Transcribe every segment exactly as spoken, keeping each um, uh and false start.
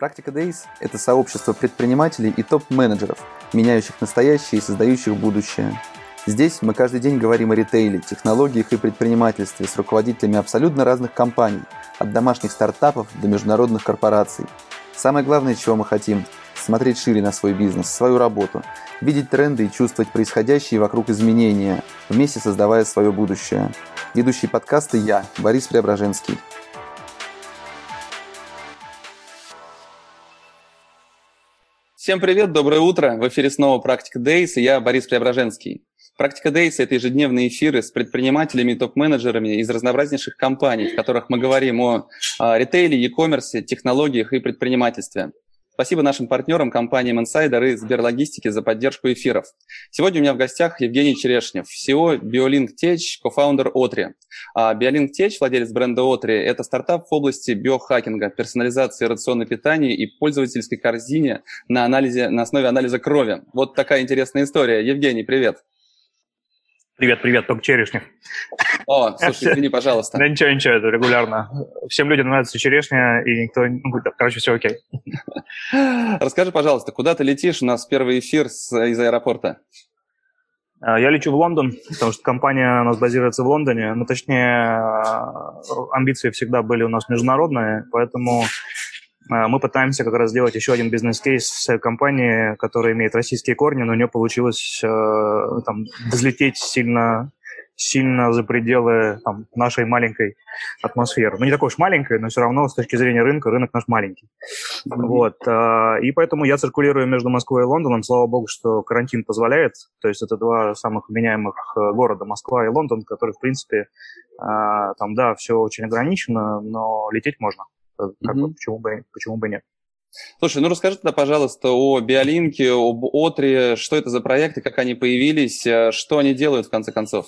Практика Days– это сообщество предпринимателей и топ-менеджеров, меняющих настоящее и создающих будущее. Здесь мы каждый день говорим о ритейле, технологиях и предпринимательстве с руководителями абсолютно разных компаний, от домашних стартапов до международных корпораций. Самое главное, чего мы хотим – смотреть шире на свой бизнес, свою работу, видеть тренды и чувствовать происходящие вокруг изменения, вместе создавая свое будущее. Ведущий подкаста я, Борис Преображенский. Всем привет, доброе утро. В эфире снова «Практика Days» и я, Борис Преображенский. «Практика Days» – это ежедневные эфиры с предпринимателями и топ-менеджерами из разнообразнейших компаний, в которых мы говорим о, о ритейле, e-commerce, технологиях и предпринимательстве. Спасибо нашим партнерам, компаниям Insider и Сберлогистике за поддержку эфиров. Сегодня у меня в гостях Евгений Черешнев, си и о BioLink Tech, кофаундер Otri. А BioLink Tech, владелец бренда Otri, это стартап в области биохакинга, персонализации рациона питания и пользовательской корзине на, анализе, на основе анализа крови. Вот такая интересная история. Евгений, привет. Привет, привет, только Черешнев. О, слушай, извини, пожалуйста. Да ничего, ничего, это регулярно. Всем людям нравится черешня, и никто... Ну, короче, все окей. Расскажи, пожалуйста, куда ты летишь? У нас первый эфир с, из аэропорта. Я лечу в Лондон, потому что компания у нас базируется в Лондоне. Ну, точнее, амбиции всегда были у нас международные, поэтому мы пытаемся как раз сделать еще один бизнес-кейс с компанией, которая имеет российские корни, но у нее получилось там взлететь сильно, сильно за пределы там, нашей маленькой атмосферы. Ну, не такой уж маленькой, но все равно с точки зрения рынка, рынок наш маленький. Mm-hmm. Вот. И поэтому я циркулирую между Москвой и Лондоном. Слава богу, что карантин позволяет. То есть это два самых вменяемых города, Москва и Лондон, которые, в принципе, там, да, все очень ограничено, но лететь можно. Как mm-hmm. бы, почему бы, почему бы нет? Слушай, ну расскажи тогда, пожалуйста, о BioLink, об Otri, что это за проекты, как они появились, что они делают в конце концов?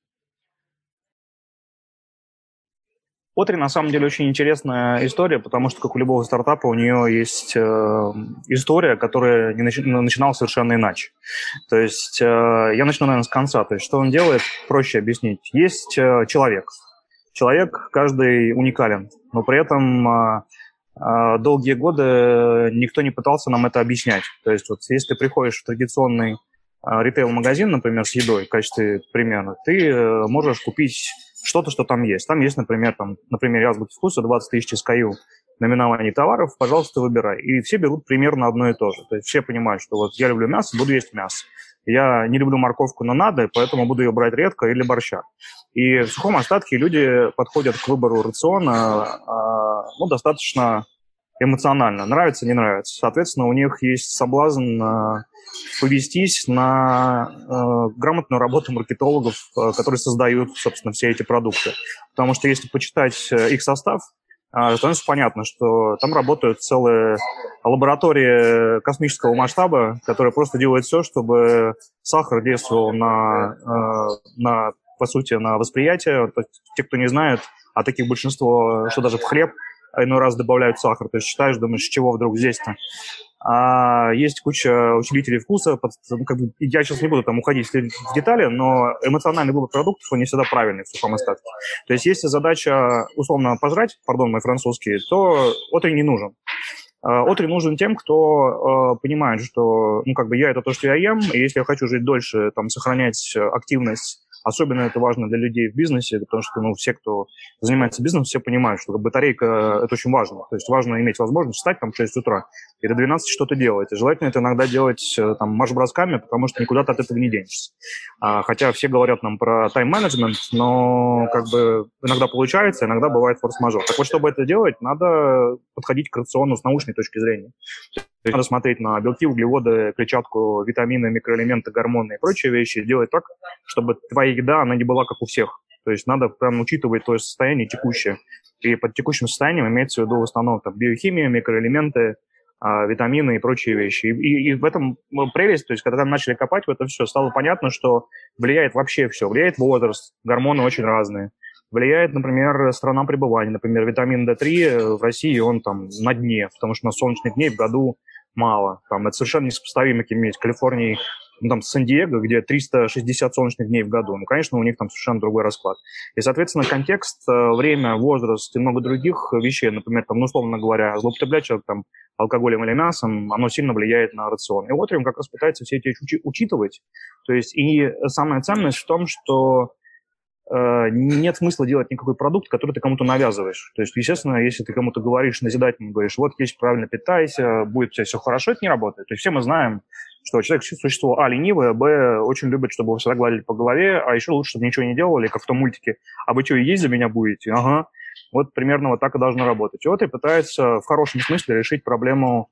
Otri на самом деле очень интересная история, потому что, как у любого стартапа, у нее есть э, история, которая не начи- начинала совершенно иначе. То есть э, я начну, наверное, с конца. То есть что он делает, проще объяснить. Есть э, человек. Человек каждый уникален, но при этом э, э, долгие годы никто не пытался нам это объяснять. То есть вот если ты приходишь в традиционный э, ритейл-магазин, например, с едой в качестве примера, ты э, можешь купить что-то, что там есть. Там есть, например, там, например, азбука вкуса, двадцать тысяч эс кей ю, наименование товаров, пожалуйста, выбирай. И все берут примерно одно и то же. То есть все понимают, что вот я люблю мясо, буду есть мясо. Я не люблю морковку, но надо, поэтому буду ее брать редко или борща. И в сухом остатке люди подходят к выбору рациона ну, достаточно эмоционально. Нравится, не нравится. Соответственно, у них есть соблазн повестись на э, грамотную работу маркетологов, э, которые создают, собственно, все эти продукты. Потому что если почитать их состав, э, становится понятно, что там работают целые лаборатории космического масштаба, которые просто делают все, чтобы сахар действовал на, э, на по сути, на восприятие. Те, кто не знает, а таких большинство, что даже в хлеб иной раз добавляют сахар. То есть читаешь, думаешь, с чего вдруг здесь-то? А есть куча усилителей вкуса. Ну, как бы, я сейчас не буду там уходить в детали, но эмоциональный выбор продуктов, он не всегда правильный в сухом остатке. То есть если задача условно пожрать, пардон, мой французский, то Otri не нужен. Otri нужен тем, кто э, понимает, что ну, как бы я – это то, что я ем, и если я хочу жить дольше, там, сохранять активность, особенно это важно для людей в бизнесе, потому что ну, все, кто занимается бизнесом, все понимают, что батарейка – это очень важно. То есть важно иметь возможность встать там, в шесть утра и до двенадцати что-то делать. И желательно это иногда делать там, марш-бросками, потому что никуда ты от этого не денешься. А, хотя все говорят нам про тайм-менеджмент, но как бы иногда получается, иногда бывает форс-мажор. Так вот, чтобы это делать, надо подходить к рациону с научной точки зрения. То есть надо смотреть на белки, углеводы, клетчатку, витамины, микроэлементы, гормоны и прочие вещи, и делать так, чтобы твоя еда, она не была как у всех. То есть надо прям учитывать твое состояние текущее. И под текущим состоянием имеется в виду в основном там, биохимия, микроэлементы, а, витамины и прочие вещи. И, и, и в этом прелесть, то есть когда там начали копать в это все, стало понятно, что влияет вообще все. Влияет возраст, гормоны очень разные. Влияет, например, страна пребывания. Например, витамин дэ три в России, он там на дне, потому что у нас солнечных дней в году мало. Там это совершенно несопоставимо какими-нибудь Калифорнией, ну, там, Сан-Диего, где триста шестьдесят солнечных дней в году. Ну, конечно, у них там совершенно другой расклад. И, соответственно, контекст, время, возраст и много других вещей, например, там, ну, условно говоря, злоупотреблять человек там алкоголем или мясом, оно сильно влияет на рацион. И Otrium как раз пытается все эти вещи учитывать. То есть, и самая ценность в том, что э, нет смысла делать никакой продукт, который ты кому-то навязываешь. То есть, естественно, если ты кому-то говоришь, назидательно говоришь, вот есть, правильно питайся, будет у тебя все хорошо, это не работает. То есть, все мы знаем, что человек существо а, ленивое, б, очень любит, чтобы его всегда гладили по голове, а еще лучше, чтобы ничего не делали, как в том мультике. А вы что, и есть за меня будете? Ага. Вот примерно вот так и должно работать. И вот и пытается в хорошем смысле решить проблему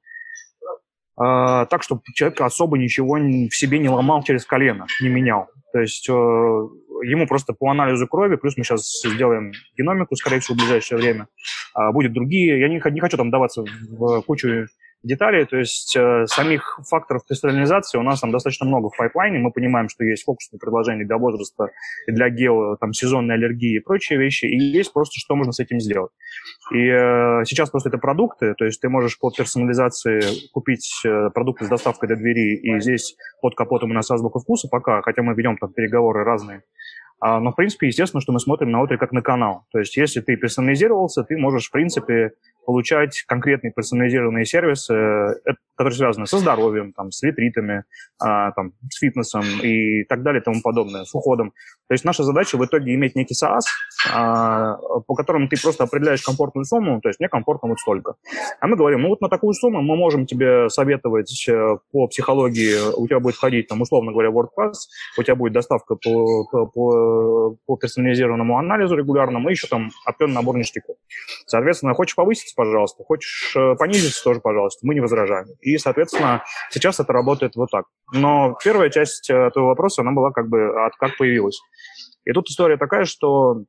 э, так, чтобы человек особо ничего в себе не ломал через колено, не менял. То есть э, ему просто по анализу крови, плюс мы сейчас сделаем геномику, скорее всего, в ближайшее время, э, будут другие. Я не, не хочу там даваться в кучу деталей, то есть э, самих факторов кристаллизации у нас там достаточно много в пайплайне. Мы понимаем, что есть фокусные предложения для возраста и для гео, там, сезонной аллергии и прочие вещи, и есть просто, что можно с этим сделать. И э, сейчас просто это продукты, то есть ты можешь по персонализации купить э, продукты с доставкой до двери, и здесь под капотом у нас азбука вкуса пока, хотя мы ведем там переговоры разные. А, но, в принципе, естественно, что мы смотрим на Otrium как на канал. То есть если ты персонализировался, ты можешь, в принципе, получать конкретные персонализированные сервисы, которые связаны со здоровьем, там, с ретритами, а, там, с фитнесом и так далее и тому подобное, с уходом. То есть наша задача в итоге иметь некий SaaS, а, по которому ты просто определяешь комфортную сумму, то есть мне комфортно вот столько. А мы говорим, ну вот на такую сумму мы можем тебе советовать по психологии, у тебя будет входить, там, условно говоря, WordPress, у тебя будет доставка по, по, по, по персонализированному анализу регулярному, и еще там определенный набор ништяков. Соответственно, хочешь повыситься, пожалуйста, хочешь понизиться, тоже, пожалуйста, мы не возражаем. И, соответственно, сейчас это работает вот так. Но первая часть твоего вопроса, она была как бы от как появилась. И тут история такая, что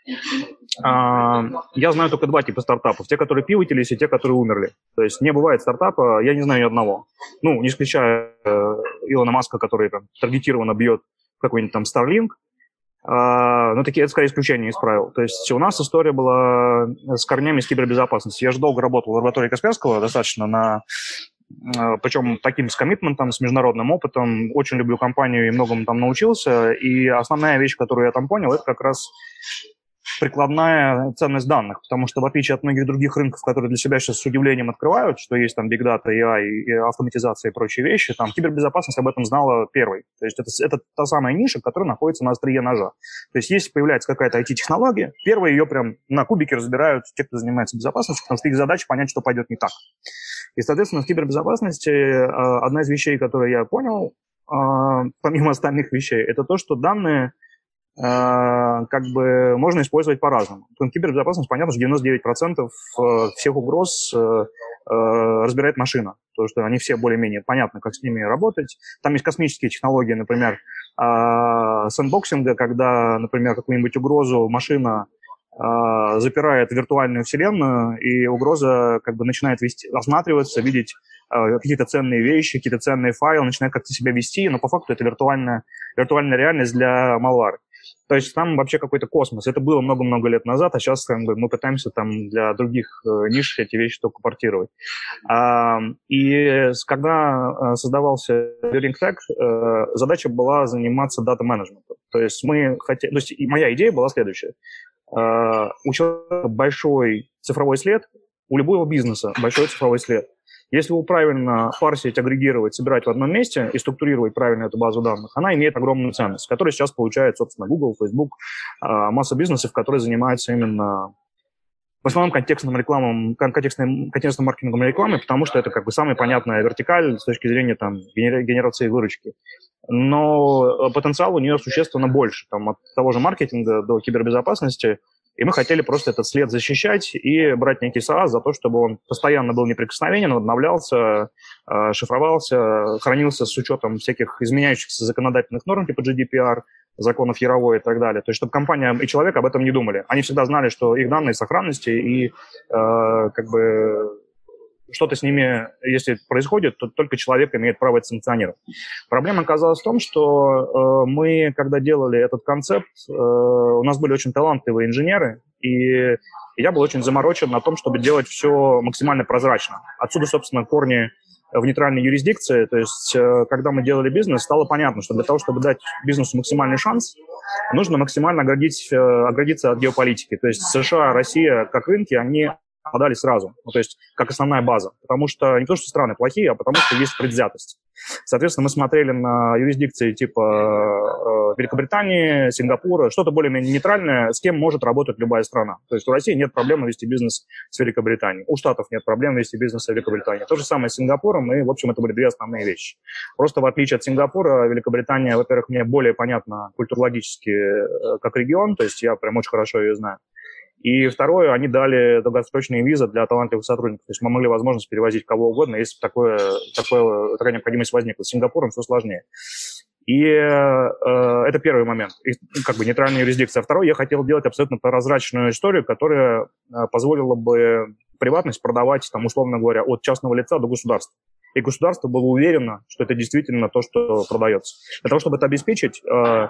а, я знаю только два типа стартапов. Те, которые пивотились, и те, которые умерли. То есть не бывает стартапа, я не знаю ни одного. Ну, не исключая э, Илона Маска, который там таргетированно бьет какой-нибудь там Starlink. Uh, но такие, это скорее исключение из правил. То есть у нас история была с корнями с кибербезопасности. Я же долго работал в лаборатории Касперского, достаточно на... Uh, причем таким с коммитментом, с международным опытом. Очень люблю компанию и многому там научился. И основная вещь, которую я там понял, это как раз прикладная ценность данных, потому что в отличие от многих других рынков, которые для себя сейчас с удивлением открывают, что есть там Big Data, эй ай, и автоматизация и прочие вещи, там кибербезопасность об этом знала первой. То есть это, это та самая ниша, которая находится на острие ножа. То есть если появляется какая-то ай ти-технология, первые ее прям на кубике разбирают те, кто занимается безопасностью, потому что их задача понять, что пойдет не так. И, соответственно, в кибербезопасности одна из вещей, которую я понял, помимо остальных вещей, это то, что данные как бы можно использовать по-разному. Кибербезопасность, понятно, что девяносто девять процентов всех угроз разбирает машина, потому что они все более-менее понятно, как с ними работать. Там есть космические технологии, например, сэндбоксинга, когда, например, какую-нибудь угрозу машина запирает виртуальную вселенную, и угроза как бы начинает вести, осматриваться, видеть какие-то ценные вещи, какие-то ценные файлы, начинает как-то себя вести, но по факту это виртуальная, виртуальная реальность для malware. То есть там вообще какой-то космос. Это было много-много лет назад, а сейчас как бы, мы пытаемся там для других э, ниш эти вещи только портировать. А, и когда создавался BearingTech, э, задача была заниматься дата-менеджментом. То есть мы хотели... То есть и моя идея была следующая. Э, у человека большой цифровой след, у любого бизнеса большой цифровой след. Если его правильно парсить, агрегировать, собирать в одном месте и структурировать правильно эту базу данных, она имеет огромную ценность, которую сейчас получает, собственно, Google, Facebook, масса бизнесов, которые занимаются именно в основном контекстным рекламом, контекстным, контекстным маркетингом и рекламой, потому что это как бы самая понятная вертикаль с точки зрения там, генерации выручки. Но потенциал у нее существенно больше, там, от того же маркетинга до кибербезопасности. И мы хотели просто этот след защищать и брать некий SaaS за то, чтобы он постоянно был неприкосновенен, обновлялся, шифровался, хранился с учетом всяких изменяющихся законодательных норм типа джи ди пи ар, законов Яровой и так далее. То есть чтобы компания и человек об этом не думали. Они всегда знали, что их данные в сохранности, и э, как бы что-то с ними, если происходит, то только человек имеет право это санкционировать. Проблема оказалась в том, что э, мы, когда делали этот концепт, э, у нас были очень талантливые инженеры, и я был очень заморочен на том, чтобы делать все максимально прозрачно. Отсюда, собственно, корни в нейтральной юрисдикции. То есть, когда мы делали бизнес, стало понятно, что для того, чтобы дать бизнесу максимальный шанс, нужно максимально оградить, оградиться от геополитики. То есть США, Россия, как рынки, они подали сразу, ну, то есть как основная база. Потому что не то, что страны плохие, а потому что есть предвзятость. Соответственно, мы смотрели на юрисдикции типа э, Великобритании, Сингапура, что-то более-менее нейтральное, с кем может работать любая страна. То есть у России нет проблем вести бизнес с Великобританией, у Штатов нет проблем вести бизнес с Великобританией. То же самое с Сингапуром, и, в общем, это были две основные вещи. Просто в отличие от Сингапура, Великобритания, во-первых, мне более понятна культурологически э, как регион, то есть я прям очень хорошо ее знаю. И второе, они дали долгосрочные визы для талантливых сотрудников. То есть мы могли возможность перевозить кого угодно, если такое, такое, такая необходимость возникла. С Сингапуром все сложнее. И э, это первый момент, и, как бы нейтральная юрисдикция. А второй, я хотел делать абсолютно прозрачную историю, которая э, позволила бы приватность продавать, там, условно говоря, от частного лица до государства. И государство было уверено, что это действительно то, что продается. Для того, чтобы это обеспечить, э,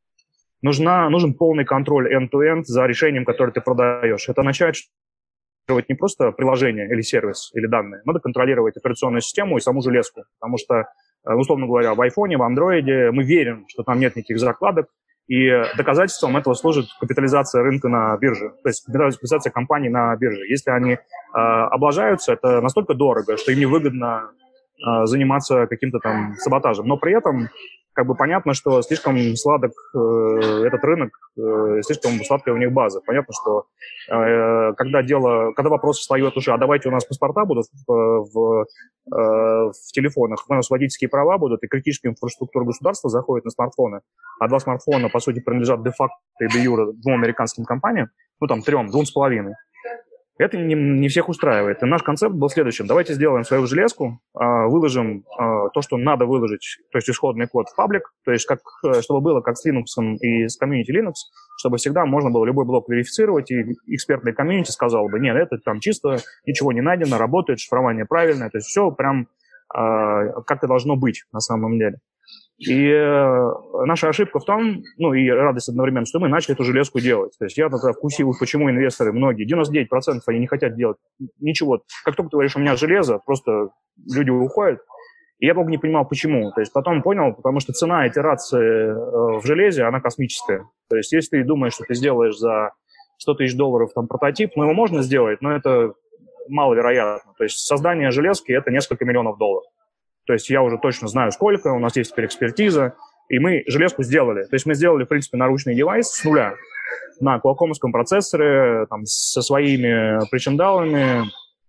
Нужна, нужен полный контроль end-to-end за решением, которое ты продаешь. Это означает, что не просто приложение или сервис, или данные. Надо контролировать операционную систему и саму железку. Потому что, условно говоря, в айфоне, в андроиде мы верим, что там нет никаких закладок. И доказательством этого служит капитализация рынка на бирже. То есть капитализация компаний на бирже. Если они э, облажаются, это настолько дорого, что им невыгодно э, заниматься каким-то там саботажем. Но при этом как бы понятно, что слишком сладок э, этот рынок, э, слишком сладкая у них база. Понятно, что э, когда дело, когда вопрос встает уже, а давайте у нас паспорта будут в, в, э, в телефонах, у нас водительские права будут, и критическая инфраструктура государства заходит на смартфоны, а два смартфона, по сути, принадлежат де-факто и де-юре двум американским компаниям, ну там трем, двум с половиной. Это не, не всех устраивает. И наш концепт был следующим. Давайте сделаем свою железку, выложим то, что надо выложить, то есть исходный код в паблик, то есть как, чтобы было как с Linux и с комьюнити Linux, чтобы всегда можно было любой блок верифицировать, и экспертный комьюнити сказал бы, нет, это там чисто, ничего не найдено, работает, шифрование правильное, то есть все прям как и должно быть на самом деле. И э, наша ошибка в том, ну и радость одновременно, что мы начали эту железку делать. То есть я тогда вкусил, почему инвесторы многие, девяносто девять процентов они не хотят делать ничего. Как только ты говоришь, у меня железо, просто люди уходят. И я долго не понимал, почему. То есть потом понял, потому что цена итерации э, в железе, она космическая. То есть если ты думаешь, что ты сделаешь за сто тысяч долларов там прототип, ну его можно сделать, но это маловероятно. То есть создание железки – это несколько миллионов долларов. То есть я уже точно знаю, сколько, у нас есть теперь экспертиза, и мы железку сделали. То есть мы сделали, в принципе, наручный девайс с нуля на квалкомовском процессоре, там, со своими причиндалами.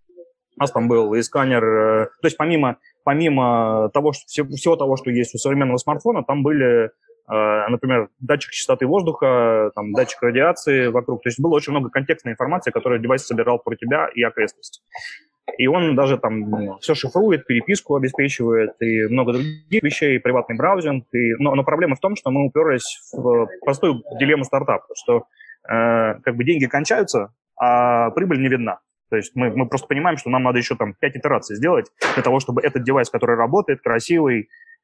У нас там был и сканер. То есть помимо, помимо того, что, всего того, что есть у современного смартфона, там были, например, датчик частоты воздуха, там, датчик радиации вокруг. То есть было очень много контекстной информации, которую девайс собирал про тебя и окрестности. И он даже там ну, все шифрует, переписку обеспечивает и много других вещей, приватный браузинг. И, но, но проблема в том, что мы уперлись в простую дилемму стартапа, что э, как бы деньги кончаются, а прибыль не видна. То есть мы, мы просто понимаем, что нам надо еще там пять итераций сделать для того, чтобы этот девайс, который работает, красивый,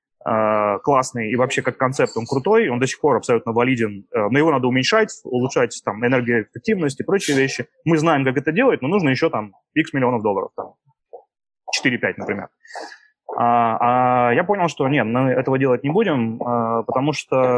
э, классный и вообще как концепт он крутой, он до сих пор абсолютно валиден, э, но его надо уменьшать, улучшать там энергоэффективность и прочие вещи. Мы знаем, как это делать, но нужно еще там X миллионов долларов, там четыре-пять, например. А, а я понял, что нет, мы этого делать не будем, а, потому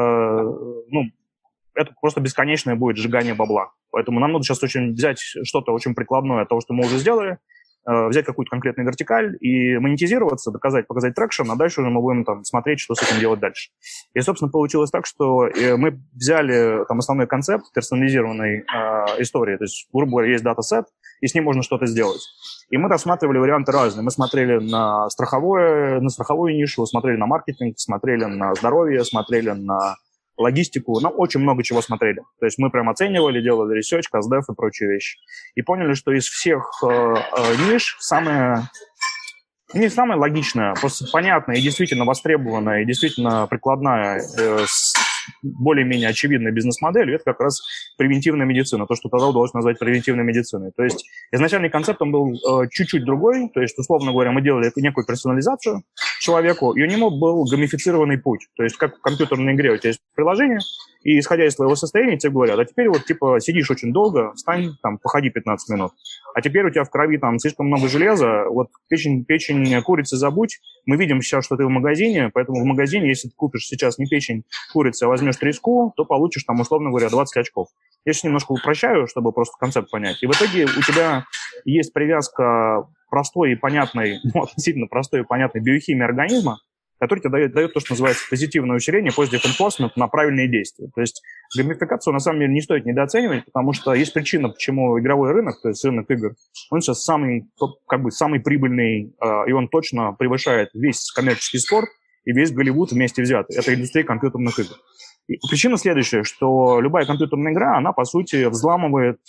что ну, это просто бесконечное будет сжигание бабла. Поэтому нам надо сейчас очень взять что-то очень прикладное от того, что мы уже сделали, взять какую-то конкретную вертикаль и монетизироваться, доказать, показать трекшн, а дальше уже мы будем там смотреть, что с этим делать дальше. И, собственно, получилось так, что мы взяли там основной концепт персонализированной э, истории, то есть, грубо говоря, есть датасет, и с ним можно что-то сделать. И мы рассматривали варианты разные. Мы смотрели на страховое, на страховую нишу, смотрели на маркетинг, смотрели на здоровье, смотрели на логистику, ну, очень много чего смотрели. То есть мы прям оценивали, делали ресерч, каздев и прочие вещи. И поняли, что из всех э, э, ниш самая, не самая логичная, просто понятная и действительно востребованная, и действительно прикладная, э, с более-менее очевидной бизнес-моделью, это как раз превентивная медицина, то, что тогда удалось назвать превентивной медициной. То есть изначальный концепт он был э, чуть-чуть другой, то есть, условно говоря, мы делали некую персонализацию, человеку, и у него был геймифицированный путь. То есть как в компьютерной игре у тебя есть приложение, и исходя из твоего состояния тебе говорят, а теперь вот типа сидишь очень долго, встань, там, походи пятнадцать минут. А теперь у тебя в крови там слишком много железа, вот печень, печень курицы забудь. Мы видим сейчас, что ты в магазине, поэтому в магазине, если ты купишь сейчас не печень курицы, а возьмешь треску, то получишь там, условно говоря, двадцать очков. Я сейчас немножко упрощаю, чтобы просто концепт понять. И в итоге у тебя есть привязка простой и понятной, ну, относительно простой и понятной биохимии организма, который тебе дает, дает то, что называется позитивное усиление, positive enforcement на правильные действия. То есть геймификацию на самом деле не стоит недооценивать, потому что есть причина, почему игровой рынок, то есть рынок игр, он сейчас самый, как бы, самый прибыльный, и он точно превышает весь коммерческий спорт и весь Голливуд вместе взятый. Это индустрия компьютерных игр. И причина следующая, что любая компьютерная игра, она, по сути, взламывает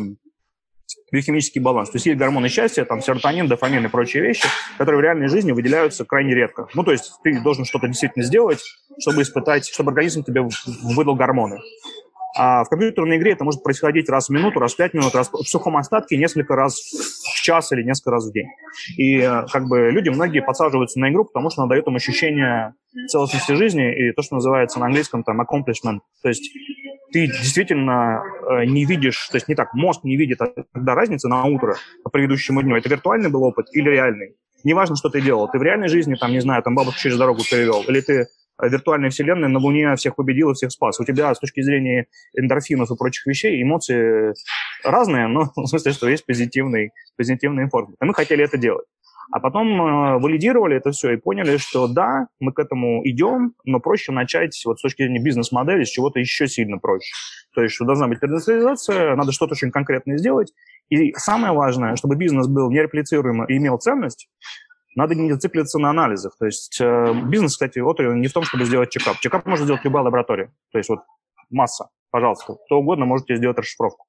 биохимический баланс. То есть есть гормоны счастья, там серотонин, дофамин и прочие вещи, которые в реальной жизни выделяются крайне редко. Ну, то есть ты должен что-то действительно сделать, чтобы испытать, чтобы организм тебе выдал гормоны. А в компьютерной игре это может происходить раз в минуту, раз в пять минут, раз в сухом остатке, несколько раз в час или несколько раз в день. И как бы люди, многие подсаживаются на игру, потому что она дает им ощущение целостности жизни и то, что называется на английском там accomplishment. То есть ты действительно э, не видишь, то есть не так, мозг не видит когда разницы на утро по предыдущему дню. Это виртуальный был опыт или реальный? Неважно, что ты делал. Ты в реальной жизни, там, не знаю, там бабушку через дорогу перевел, или ты в виртуальной вселенной на Луне всех победил и всех спас. У тебя с точки зрения эндорфинов и прочих вещей эмоции разные, но в смысле, что есть позитивный, позитивный информация. И мы хотели это делать. А потом э, валидировали это все и поняли, что да, мы к этому идем, но проще начать вот с точки зрения бизнес-модели с чего-то еще сильно проще. То есть, что должна быть индустриализация, надо что-то очень конкретное сделать. И самое важное, чтобы бизнес был нереплицируем и имел ценность, надо не зациклиться на анализах. То есть э, бизнес, кстати, отрасль не в том, чтобы сделать чекап. Чекап может сделать любая лаборатория. То есть вот масса, пожалуйста, кто угодно можете сделать расшифровку.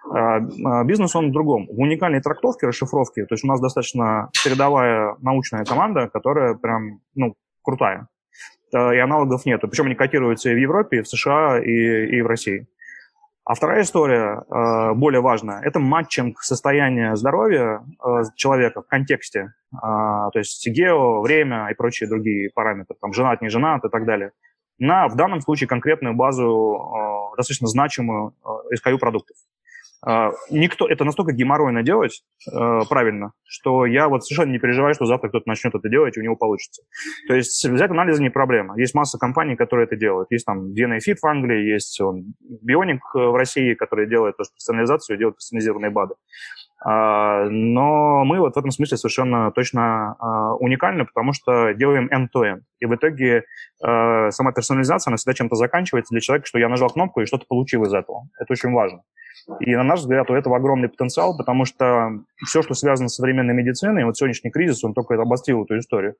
Бизнес, он в другом. В уникальной трактовке расшифровки, то есть у нас достаточно передовая научная команда, которая прям, ну, крутая. И аналогов нету. Причем они котируются и в Европе, и в США, и, и в России. А вторая история, более важная, это матчинг состояния здоровья человека в контексте. То есть гео, время и прочие другие параметры, там, женат, не женат и так далее. На, в данном случае, конкретную базу, достаточно значимую эс кей ю продуктов. Uh, никто, это настолько геморройно делать uh, правильно, что я вот совершенно не переживаю, что завтра кто-то начнет это делать, и у него получится. То есть взять анализы не проблема. Есть масса компаний, которые это делают. Есть там ди эн эй Fit в Англии, есть он, Bionic в России, который делает тоже персонализацию, делает персонализированные БАДы. Uh, но мы вот в этом смысле совершенно точно uh, уникальны, потому что делаем end-to-end. И в итоге uh, сама персонализация, она всегда чем-то заканчивается для человека, что я нажал кнопку и что-то получил из этого. Это очень важно. И, на наш взгляд, у этого огромный потенциал, потому что все, что связано с современной медициной, вот сегодняшний кризис, он только обострил эту историю,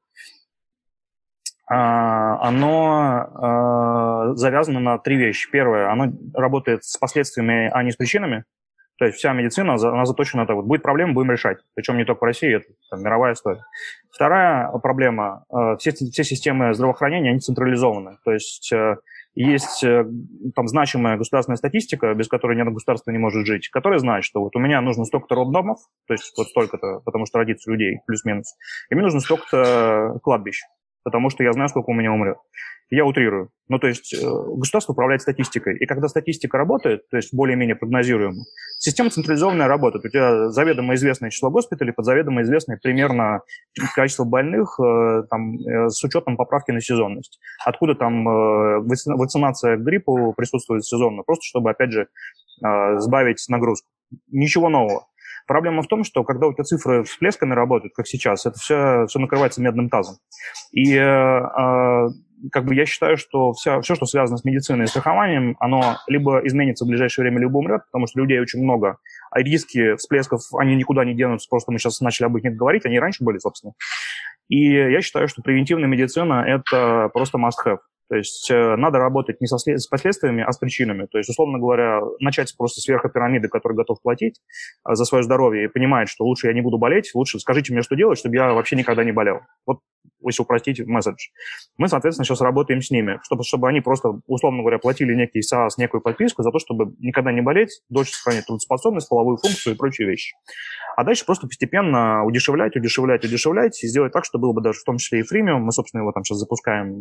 оно завязано на три вещи. Первое, оно работает с последствиями, а не с причинами. То есть вся медицина, она заточена на то, вот будет проблема, будем решать. Причем не только в России, это там, мировая история. Вторая проблема, все, все системы здравоохранения, они централизованы. То есть есть там значимая государственная статистика, без которой ни одно государство не может жить, которая знает, что вот у меня нужно столько-то роддомов, то есть вот столько-то, потому что родится людей, плюс-минус, и мне нужно столько-то кладбищ, потому что я знаю, сколько у меня умрет. Я утрирую. Ну, то есть государство управляет статистикой. И когда статистика работает, то есть более-менее прогнозируемо, система централизованная работает. У тебя заведомо известное число госпиталей, под заведомо известное примерно количество больных там, с учетом поправки на сезонность. Откуда там вакцинация к гриппу присутствует сезонно, просто чтобы, опять же, сбавить нагрузку. Ничего нового. Проблема в том, что когда у тебя цифры всплесками работают, как сейчас, это все, все накрывается медным тазом. И э, как бы я считаю, что вся, все, что связано с медициной и страхованием, оно либо изменится в ближайшее время, либо умрет, потому что людей очень много, а риски всплесков, они никуда не денутся, просто мы сейчас начали об них говорить, они и раньше были, собственно. И я считаю, что превентивная медицина – это просто must-have. То есть э, надо работать не со след... с последствиями, а с причинами. То есть, условно говоря, начать просто с верха пирамиды, который готов платить э, за свое здоровье и понимает, что лучше я не буду болеть, лучше скажите мне, что делать, чтобы я вообще никогда не болел. Вот если упростить месседж. Мы, соответственно, сейчас работаем с ними, чтобы, чтобы они просто, условно говоря, платили некий SaaS, некую подписку за то, чтобы никогда не болеть, дольше сохранять трудоспособность, половую функцию и прочие вещи. А дальше просто постепенно удешевлять, удешевлять, удешевлять и сделать так, чтобы было бы даже в том числе и фримиум. Мы, собственно, его там сейчас запускаем,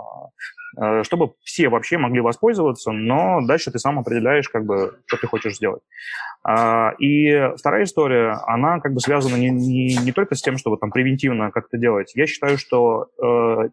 чтобы все вообще могли воспользоваться, но дальше ты сам определяешь, как бы, что ты хочешь сделать. И вторая история, она как бы связана не, не, не только с тем, чтобы там превентивно как-то делать. Я считаю, что э, э,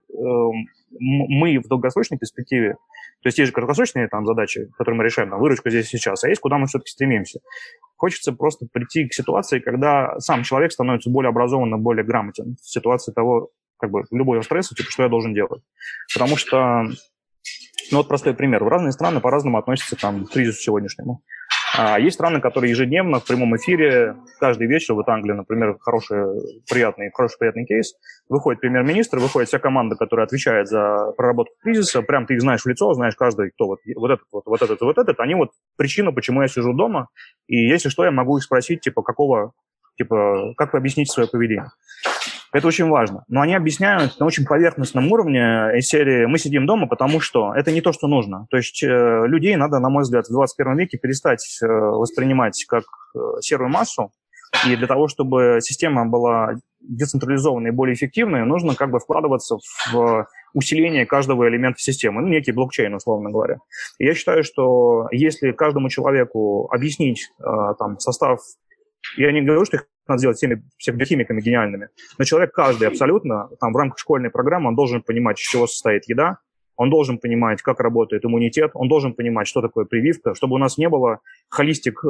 мы в долгосрочной перспективе, то есть есть же краткосрочные там задачи, которые мы решаем, там, выручка здесь и сейчас, а есть куда мы все-таки стремимся. Хочется просто прийти к ситуации, когда сам человек становится более образованным, более грамотен в ситуации того, как бы, любого стресса, типа, что я должен делать. Потому что, ну вот простой пример, разные страны по-разному относятся там, к кризису сегодняшнему. А есть страны, которые ежедневно в прямом эфире, каждый вечер, вот Англия, например, хороший, приятный, хороший, приятный кейс, выходит премьер-министр, выходит вся команда, которая отвечает за проработку кризиса, прям ты их знаешь в лицо, знаешь каждый, кто вот, вот этот, вот, вот этот, вот этот, они вот причина, почему я сижу дома, и если что, я могу их спросить, типа, какого, типа, как вы объясните свое поведение. Это очень важно. Но они объясняют на очень поверхностном уровне из серии «мы сидим дома, потому что» это не то, что нужно. То есть э, людей надо, на мой взгляд, в двадцать первом веке перестать э, воспринимать как э, серую массу. И для того, чтобы система была децентрализованной и более эффективной, нужно как бы вкладываться в усиление каждого элемента системы, ну, некий блокчейн, условно говоря. И я считаю, что если каждому человеку объяснить э, там, состав, я не говорю, что их надо сделать всеми псевдохимиками гениальными, но человек каждый абсолютно, там, в рамках школьной программы, он должен понимать, из чего состоит еда, он должен понимать, как работает иммунитет, он должен понимать, что такое прививка, чтобы у нас не было холистик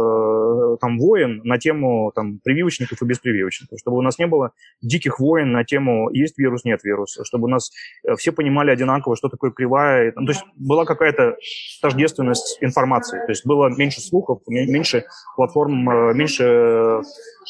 э, там, войн на тему там, прививочников и беспрививочников, чтобы у нас не было диких войн на тему есть вирус, нет вируса, чтобы у нас все понимали одинаково, что такое кривая. То есть была какая-то тождественность информации, то есть было меньше слухов, меньше платформ, меньше, э,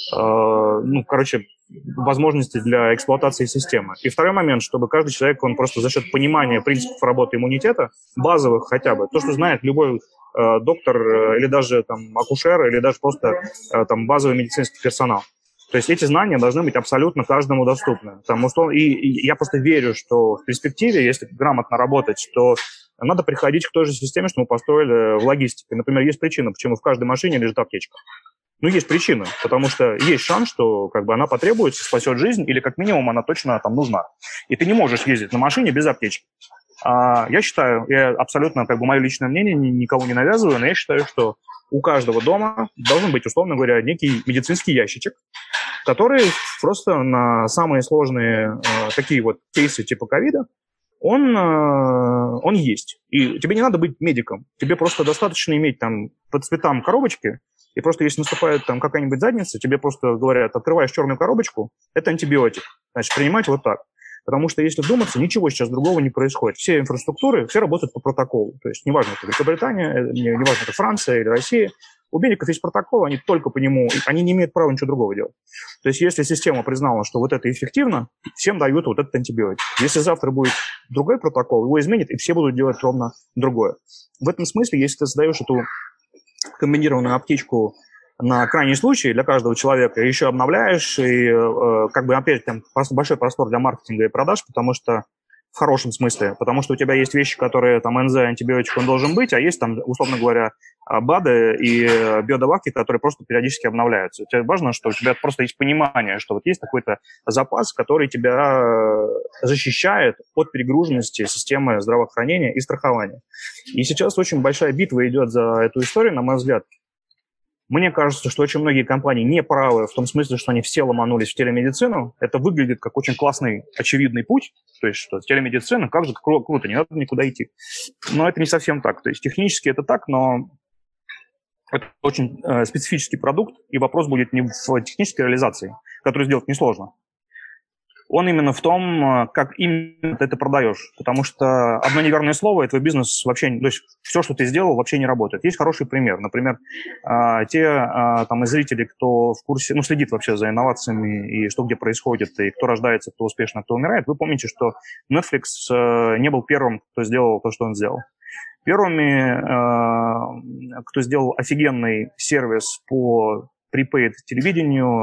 ну, короче, возможности для эксплуатации системы. И второй момент, чтобы каждый человек, он просто за счет понимания принципов работы иммунитета, базовых хотя бы, то, что знает любой э, доктор э, или даже там акушер, или даже просто э, там базовый медицинский персонал. То есть эти знания должны быть абсолютно каждому доступны. Потому что, и, и я просто верю, что в перспективе, если грамотно работать, то надо приходить к той же системе, что мы построили в логистике. Например, есть причина, почему в каждой машине лежит аптечка. Ну, есть причина, потому что есть шанс, что как бы она потребуется, спасет жизнь, или как минимум она точно там нужна. И ты не можешь ездить на машине без аптечки. А, я считаю, я абсолютно, как бы, мое личное мнение, никого не навязываю, но я считаю, что у каждого дома должен быть, условно говоря, некий медицинский ящичек, который просто на самые сложные э, такие вот кейсы типа ковида, он, э, он есть. И тебе не надо быть медиком, тебе просто достаточно иметь там по цветам коробочки, и просто если наступает там какая-нибудь задница, тебе просто говорят, открываешь черную коробочку, это антибиотик. Значит, принимать вот так. Потому что, если вдуматься, ничего сейчас другого не происходит. Все инфраструктуры, все работают по протоколу. То есть неважно, это Великобритания, неважно, это Франция или Россия, у медиков есть протокол, они только по нему, они не имеют права ничего другого делать. То есть если система признала, что вот это эффективно, всем дают вот этот антибиотик. Если завтра будет другой протокол, его изменят, и все будут делать ровно другое. В этом смысле, если ты создаешь эту комбинированную аптечку на крайний случай для каждого человека, еще обновляешь, и э, как бы опять там большой простор для маркетинга и продаж, потому что в хорошем смысле, потому что у тебя есть вещи, которые там эн зэ, антибиотик, он должен быть, а есть там, условно говоря, БАДы и биодобавки, которые просто периодически обновляются. Тебе важно, что у тебя просто есть понимание, что вот есть какой-то запас, который тебя защищает от перегруженности системы здравоохранения и страхования. И сейчас очень большая битва идет за эту историю, на мой взгляд. Мне кажется, что очень многие компании не правы в том смысле, что они все ломанулись в телемедицину. Это выглядит как очень классный, очевидный путь. То есть, что телемедицина, как же кру- круто, не надо никуда идти. Но это не совсем так. То есть, технически это так, но это очень э, специфический продукт, и вопрос будет не в технической реализации, которую сделать несложно. Он именно в том, как именно ты это продаешь. Потому что одно неверное слово, и твой бизнес вообще... То есть все, что ты сделал, вообще не работает. Есть хороший пример. Например, те там, из зрителей, кто в курсе, ну, следит вообще за инновациями и что где происходит, и кто рождается, кто успешно, кто умирает, вы помните, что Netflix не был первым, кто сделал то, что он сделал. Первыми, кто сделал офигенный сервис по prepaid телевидению с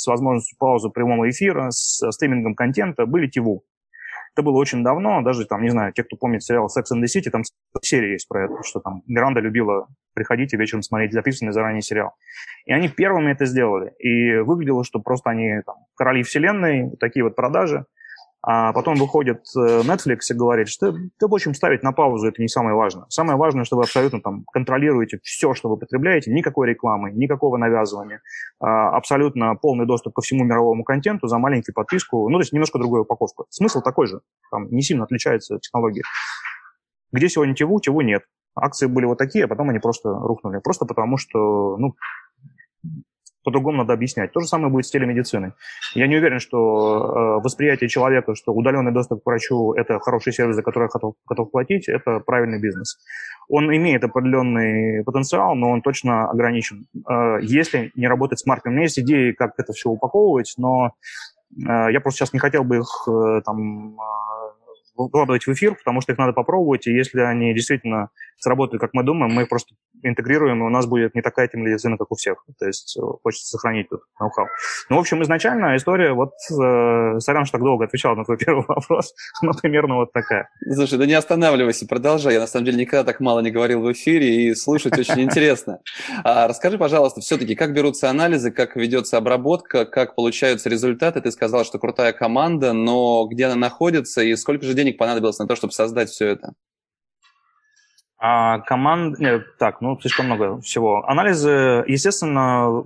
с возможностью паузы прямого эфира, с стримингом контента, были ТИВУ. Это было очень давно, даже, там, не знаю, те, кто помнит сериал Sex and the City, там серия есть про это, что там Миранда любила приходить и вечером смотреть записанный заранее сериал. И они первыми это сделали. И выглядело, что просто они там, короли вселенной, такие вот продажи. А потом выходит Netflix и говорит, что да, в общем, ставить на паузу это не самое важное. Самое важное, что вы абсолютно там контролируете все, что вы потребляете, никакой рекламы, никакого навязывания, абсолютно полный доступ ко всему мировому контенту за маленькую подписку, ну, то есть немножко другая упаковка. Смысл такой же, там не сильно отличается технология. Где сегодня ТИВУ, ТИВУ нет. Акции были вот такие, а потом они просто рухнули. Просто потому, что, ну, по-другому надо объяснять. То же самое будет с телемедициной. Я не уверен, что э, восприятие человека, что удаленный доступ к врачу – это хороший сервис, за который я готов, готов платить, это правильный бизнес. Он имеет определенный потенциал, но он точно ограничен. Э, если не работать с марками. У меня есть идеи, как это все упаковывать, но э, я просто сейчас не хотел бы их э, там... Э, выкладывать в эфир, потому что их надо попробовать, и если они действительно сработают, как мы думаем, мы их просто интегрируем, и у нас будет не такая телемедицина, как у всех. То есть хочется сохранить тут ноу-хау. Ну, в общем, изначально история, вот, э, сорян, что так долго отвечал на твой первый вопрос, но примерно вот такая. Слушай, да не останавливайся, продолжай. Я, на самом деле, никогда так мало не говорил в эфире, и слушать очень интересно. А расскажи, пожалуйста, все-таки, как берутся анализы, как ведется обработка, как получаются результаты? Ты сказал, что крутая команда, но где она находится, и сколько же денег денег понадобилось на то, чтобы создать все это? А, команд... Нет, так, ну, слишком много всего. Анализы, естественно,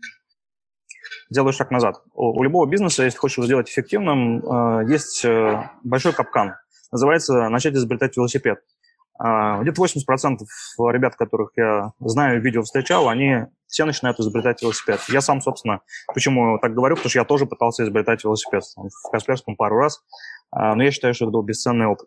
делаю шаг назад. У, у любого бизнеса, если хочешь его сделать эффективным, есть большой капкан. Называется «начать изобретать велосипед». Где-то восемьдесят процентов ребят, которых я знаю, видео встречал, они все начинают изобретать велосипед. Я сам, собственно, почему так говорю, потому что я тоже пытался изобретать велосипед в Касперском пару раз, но я считаю, что это был бесценный опыт.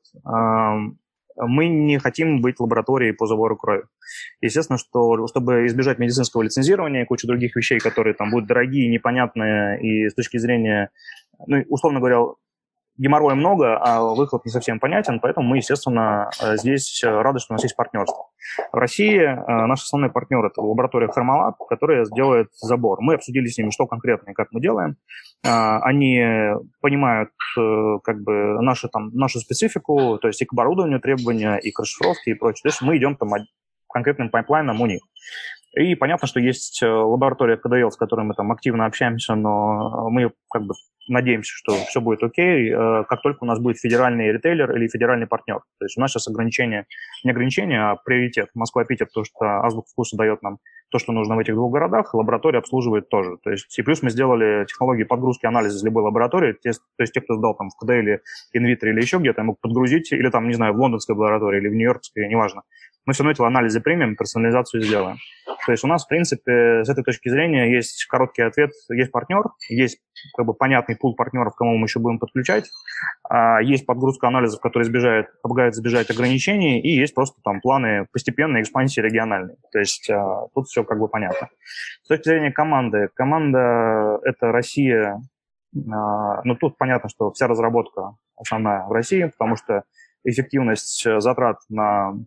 Мы не хотим быть лабораторией по забору крови. Естественно, что чтобы избежать медицинского лицензирования и кучу других вещей, которые там будут дорогие, непонятные и с точки зрения, ну, условно говоря, геморроя много, а выхлоп не совсем понятен, поэтому мы, естественно, здесь рады, что у нас есть партнерство. В России наш основной партнер – это лаборатория Pharmalab, которая делает забор. Мы обсудили с ними, что конкретно и как мы делаем. Они понимают как бы нашу, там, нашу специфику, то есть и к оборудованию требования, и к расшифровке, и прочее. То есть мы идем там конкретным пайплайном у них. И понятно, что есть лаборатория ка дэ эл, с которой мы там активно общаемся, но мы как бы надеемся, что все будет окей, как только у нас будет федеральный ритейлер или федеральный партнер. То есть у нас сейчас ограничение, не ограничение, а приоритет. Москва-Питер, потому что Азбука вкуса дает нам то, что нужно в этих двух городах, лаборатория обслуживает тоже. То есть и плюс мы сделали технологии подгрузки анализа из любой лаборатории, то есть, то есть те, кто сдал там в ка дэ или инвитро или еще где-то, могут подгрузить, или там, не знаю, в лондонской лаборатории или в нью-йоркской, неважно. Мы все равно эти анализы примем, персонализацию сделаем. То есть у нас, в принципе, с этой точки зрения есть короткий ответ, есть партнер, есть как бы понятный пул партнеров, кому мы еще будем подключать, есть подгрузка анализов, которые избежает, помогает избежать ограничений, и есть просто там планы постепенной экспансии региональной. То есть тут все как бы понятно. С точки зрения команды, команда – это Россия, но тут понятно, что вся разработка основная в России, потому что эффективность затрат на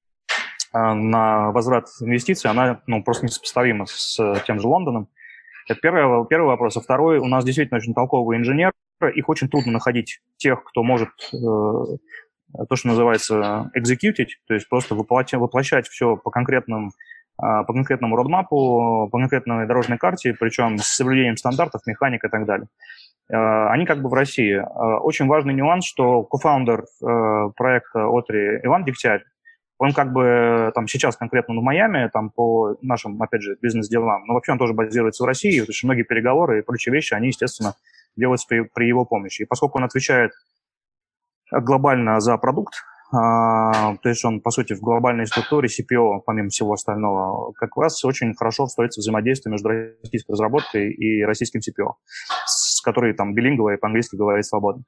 на возврат инвестиций, она ну, просто несопоставима с тем же Лондоном. Это первый, первый вопрос. А второй, у нас действительно очень толковый инженер, их очень трудно находить тех, кто может э, то, что называется execute, то есть просто воплощать, воплощать все по конкретным, э, по конкретному родмапу, по конкретной дорожной карте, причем с соблюдением стандартов, механик и так далее. Э, они как бы в России. Э, очень важный нюанс, что кофаундер э, проекта Отри Иван Дегтярь, он как бы там сейчас конкретно в Майами, там по нашим, опять же, бизнес-делам, но вообще он тоже базируется в России, потому что многие переговоры и прочие вещи, они, естественно, делаются при, при его помощи. И поскольку он отвечает глобально за продукт, а, то есть он, по сути, в глобальной структуре си пи о, помимо всего остального, как раз очень хорошо встроится взаимодействие между российской разработкой и российским си пи о, с которой там билингово и по-английски говорит свободно.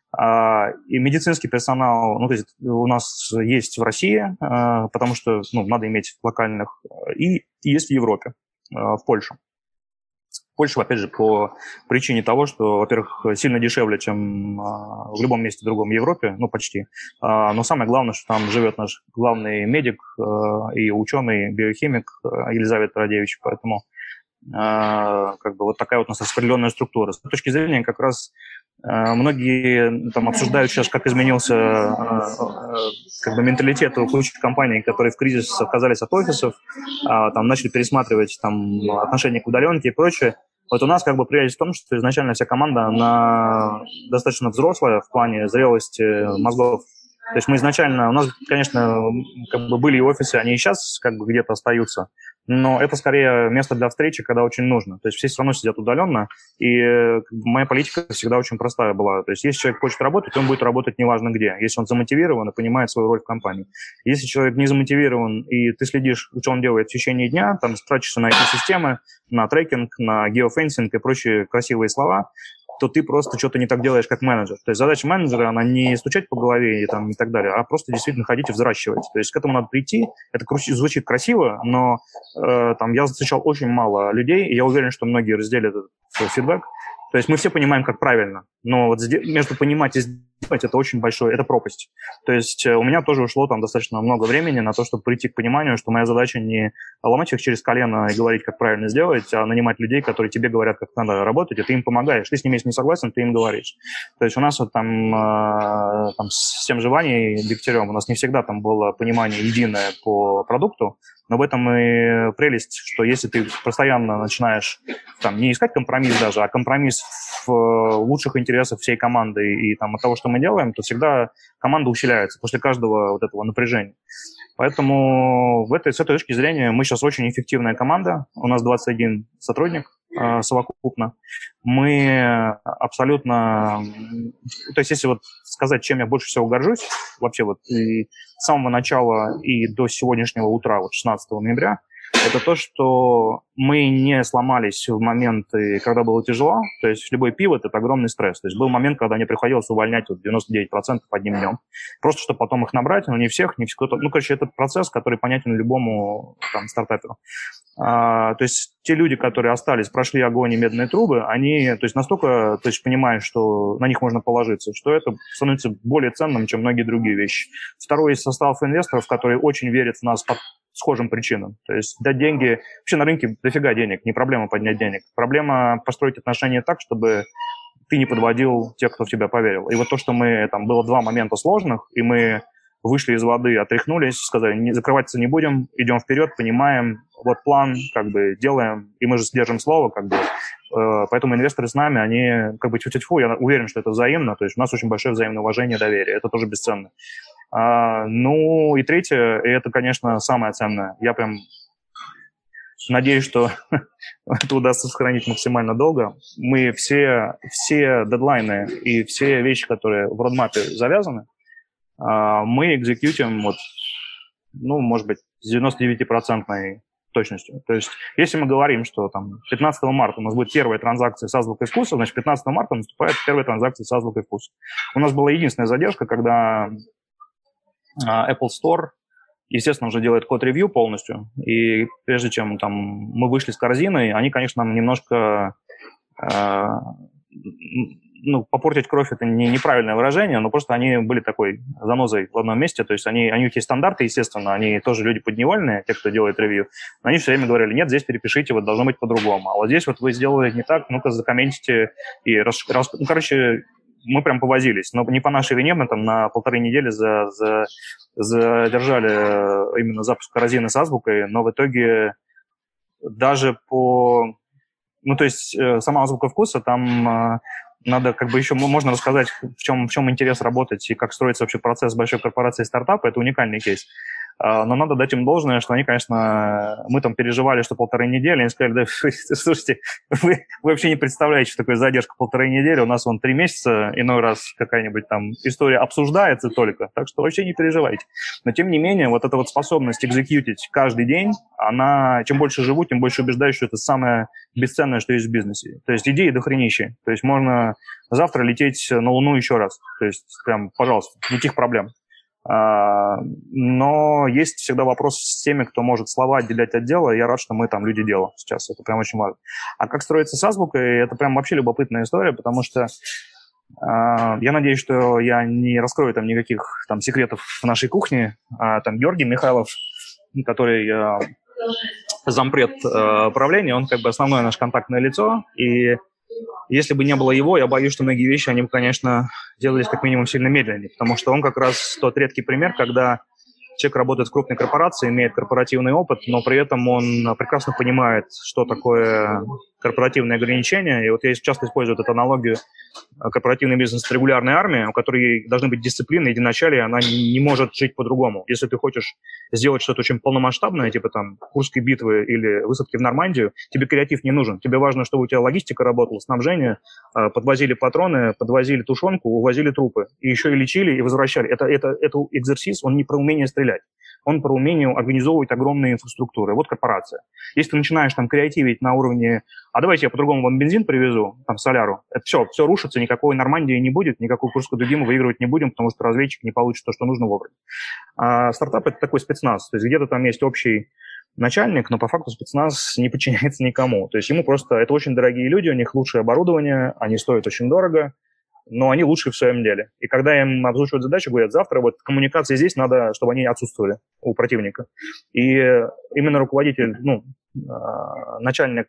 И медицинский персонал, ну, то есть у нас есть в России, потому что ну, надо иметь локальных, и есть в Европе, в Польше. В Польше, опять же, по причине того, что, во-первых, сильно дешевле, чем в любом месте другом в Европе, ну, почти. Но самое главное, что там живет наш главный медик и ученый, биохимик Елизавета Радевич, поэтому как бы вот такая вот у нас распределенная структура. С точки зрения как раз многие там обсуждают сейчас, как изменился как бы менталитет у кучи компаний, которые в кризис отказались от офисов, там начали пересматривать там отношение к удаленке и прочее. Вот у нас как бы прелесть в том, что изначально вся команда, она достаточно взрослая в плане зрелости мозгов. То есть мы изначально, у нас, конечно, как бы были и офисы, они и сейчас как бы где-то остаются, но это скорее место для встречи, когда очень нужно. То есть все все равно сидят удаленно, и как бы, моя политика всегда очень простая была. То есть если человек хочет работать, он будет работать неважно где, если он замотивирован и понимает свою роль в компании. Если человек не замотивирован, и ты следишь, что он делает в течение дня, там, тратишься на эти системы, на трекинг, на геофенсинг и прочие красивые слова, то ты просто что-то не так делаешь, как менеджер. То есть задача менеджера, она не стучать по голове и, там, и так далее, а просто действительно ходить и взращивать. То есть к этому надо прийти. Это звучит красиво, но э, там, я встречал очень мало людей, и я уверен, что многие разделят этот фидбэк. То есть мы все понимаем, как правильно, но вот между понимать и сделать это очень большой, это пропасть. То есть у меня тоже ушло там достаточно много времени на то, чтобы прийти к пониманию, что моя задача не ломать их через колено и говорить, как правильно сделать, а нанимать людей, которые тебе говорят, как надо работать, и ты им помогаешь. Ты с ними не согласен, ты им говоришь. То есть у нас вот там, э, там с тем же Ваней Дегтярем у нас не всегда там было понимание единое по продукту, но в этом и прелесть, что если ты постоянно начинаешь там, не искать компромисс даже, а компромисс в лучших интересах всей команды и там, от того, что мы делаем, то всегда команда усиляется после каждого вот этого напряжения. Поэтому в этой, с этой точки зрения мы сейчас очень эффективная команда. У нас двадцать один сотрудник э, совокупно. Мы абсолютно... То есть если вот сказать, чем я больше всего горжусь, вообще вот и с самого начала и до сегодняшнего утра, вот шестнадцатого ноября, это то, что мы не сломались в моменты, когда было тяжело. То есть любой пивот – это огромный стресс. То есть был момент, когда мне приходилось увольнять вот девяносто девять процентов одним днем. Просто чтобы потом их набрать, но не всех, не кто-то. Ну, короче, это процесс, который понятен любому там, стартаперу. А, то есть те люди, которые остались, прошли огонь и медные трубы, они то есть, настолько то есть, понимают, что на них можно положиться, что это становится более ценным, чем многие другие вещи. Второй из состав инвесторов, которые очень верят в нас по схожим причинам. То есть дать деньги... Вообще на рынке дофига денег, не проблема поднять денег. Проблема построить отношения так, чтобы ты не подводил тех, кто в тебя поверил. И вот то, что мы... Там было два момента сложных, и мы вышли из воды, отряхнулись, сказали, не, закрываться не будем, идем вперед, понимаем, вот план, как бы делаем, и мы же сдержим слово, как бы. Э, поэтому инвесторы с нами, они как бы тьфу-тьфу, я уверен, что это взаимно, то есть у нас очень большое взаимное уважение, доверие, это тоже бесценно. А, ну и третье, и это, конечно, самое ценное. Я прям надеюсь, что это удастся сохранить максимально долго. Мы все, все дедлайны и все вещи, которые в родмапе завязаны, мы экзекьютим, вот, ну, может быть, с девяносто девять процентов точностью. То есть, если мы говорим, что там пятнадцатого марта у нас будет первая транзакция с азбукой вкуса, значит, пятнадцатого марта наступает первая транзакция с азбукой вкуса. У нас была единственная задержка, когда Apple Store, естественно, уже делает код-ревью полностью, и прежде чем там мы вышли с корзиной, они, конечно, нам немножко... Э, ну, попортить кровь – это не, неправильное выражение, но просто они были такой занозой в одном месте, то есть они, они, у них есть стандарты, естественно, они тоже люди подневольные, те, кто делает ревью, но они все время говорили, нет, здесь перепишите, вот должно быть по-другому, а вот здесь вот вы сделали не так, ну-ка закомментите, и, рас, рас, ну, короче, мы прям повозились, но не по нашей вине, мы там на полторы недели за, за, задержали именно запуск корзины с азбукой, но в итоге даже по... Ну, то есть сама азбука вкуса, там надо как бы еще, можно рассказать, в чем, в чем интерес работать и как строится вообще процесс большой корпорации стартапа, это уникальный кейс. Но надо дать им должное, что они, конечно, мы там переживали, что полторы недели, они сказали, да, слушайте, вы, вы вообще не представляете, что такое задержка полторы недели, у нас вон три месяца, иной раз какая-нибудь там история обсуждается только, так что вообще не переживайте. Но, тем не менее, вот эта вот способность экзекьютить каждый день, она, чем больше живу, тем больше убеждаюсь, что это самое бесценное, что есть в бизнесе. То есть идеи дохренища. То есть можно завтра лететь на Луну еще раз. То есть прям, пожалуйста, никаких проблем. Но есть всегда вопрос с теми, кто может слова отделять от дела. Я рад, что мы там люди дела сейчас. Это прям очень важно. А как строиться с азбукой, это прям вообще любопытная история, потому что я надеюсь, что я не раскрою там никаких там секретов в нашей кухне. Там Георгий Михайлов, который зампред э, правления, он как бы основное наше контактное лицо, и если бы не было его, я боюсь, что многие вещи, они бы, конечно, делались как минимум сильно медленнее, потому что он как раз тот редкий пример, когда человек работает в крупной корпорации, имеет корпоративный опыт, но при этом он прекрасно понимает, что такое корпоративные ограничения. И вот я часто использую эту аналогию: корпоративный бизнес – это регулярная армия, у которой должны быть дисциплины, и вначале она не может жить по-другому. Если ты хочешь сделать что-то очень полномасштабное, типа там Курской битвы или высадки в Нормандию, тебе креатив не нужен. Тебе важно, чтобы у тебя логистика работала, снабжение, подвозили патроны, подвозили тушенку, увозили трупы. И еще и лечили, и возвращали. Это, это, это экзерсис, он не про умение стрелять. Он про умение организовывать огромные инфраструктуры. Вот корпорация. Если ты начинаешь там креативить на уровне «а давайте я по-другому вам бензин привезу, там, соляру», это все, все рушится, никакой Нормандии не будет, никакой Курской дуги мы выигрывать не будем, потому что разведчик не получит то, что нужно вовремя. А стартап – это такой спецназ. То есть где-то там есть общий начальник, но по факту спецназ не подчиняется никому. То есть ему просто… Это очень дорогие люди, у них лучшее оборудование, они стоят очень дорого, но они лучшие в своем деле. И когда им озвучивают задачу, говорят: завтра вот коммуникации здесь надо, чтобы они отсутствовали у противника. И именно руководитель, ну, начальник,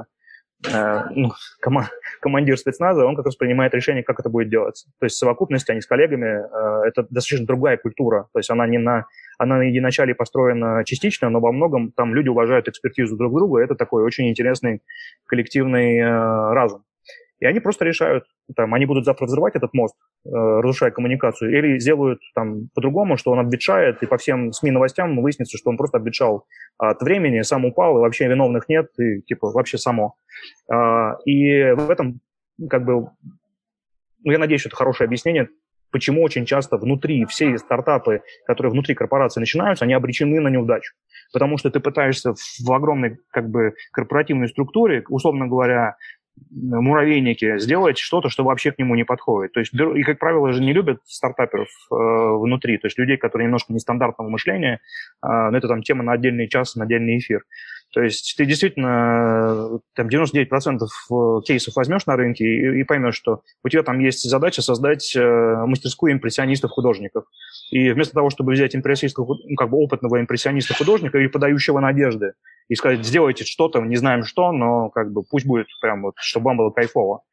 ну, командир спецназа, он как раз принимает решение, как это будет делаться. То есть в совокупности они с коллегами, это достаточно другая культура. То есть она не на, она на единачале построена частично, но во многом там люди уважают экспертизу друг друга. Это такой очень интересный коллективный разум. И они просто решают, там, они будут завтра взрывать этот мост, э, разрушая коммуникацию, или сделают там по-другому, что он обветшает, и по всем СМИ новостям выяснится, что он просто обветшал от времени, сам упал, и вообще виновных нет, и типа вообще само. Э, и в этом, как бы, ну, я надеюсь, что это хорошее объяснение, почему очень часто внутри, все стартапы, которые внутри корпорации начинаются, они обречены на неудачу. Потому что ты пытаешься в огромной, как бы, корпоративной структуре, условно говоря, муравейнике, сделать что-то, что вообще к нему не подходит. То есть, и, как правило, же не любят стартаперов э, внутри, то есть людей, которые немножко нестандартного мышления, э, но это там тема на отдельный час, на отдельный эфир. То есть ты действительно там девяносто девять процентов кейсов возьмешь на рынке и, и поймешь, что у тебя там есть задача создать э, мастерскую импрессионистов-художников. И вместо того, чтобы взять импрессионистского, ну, как бы опытного импрессиониста-художника и подающего надежды, и сказать: сделайте что-то, не знаем что, но как бы пусть будет прям вот, чтобы вам было кайфово.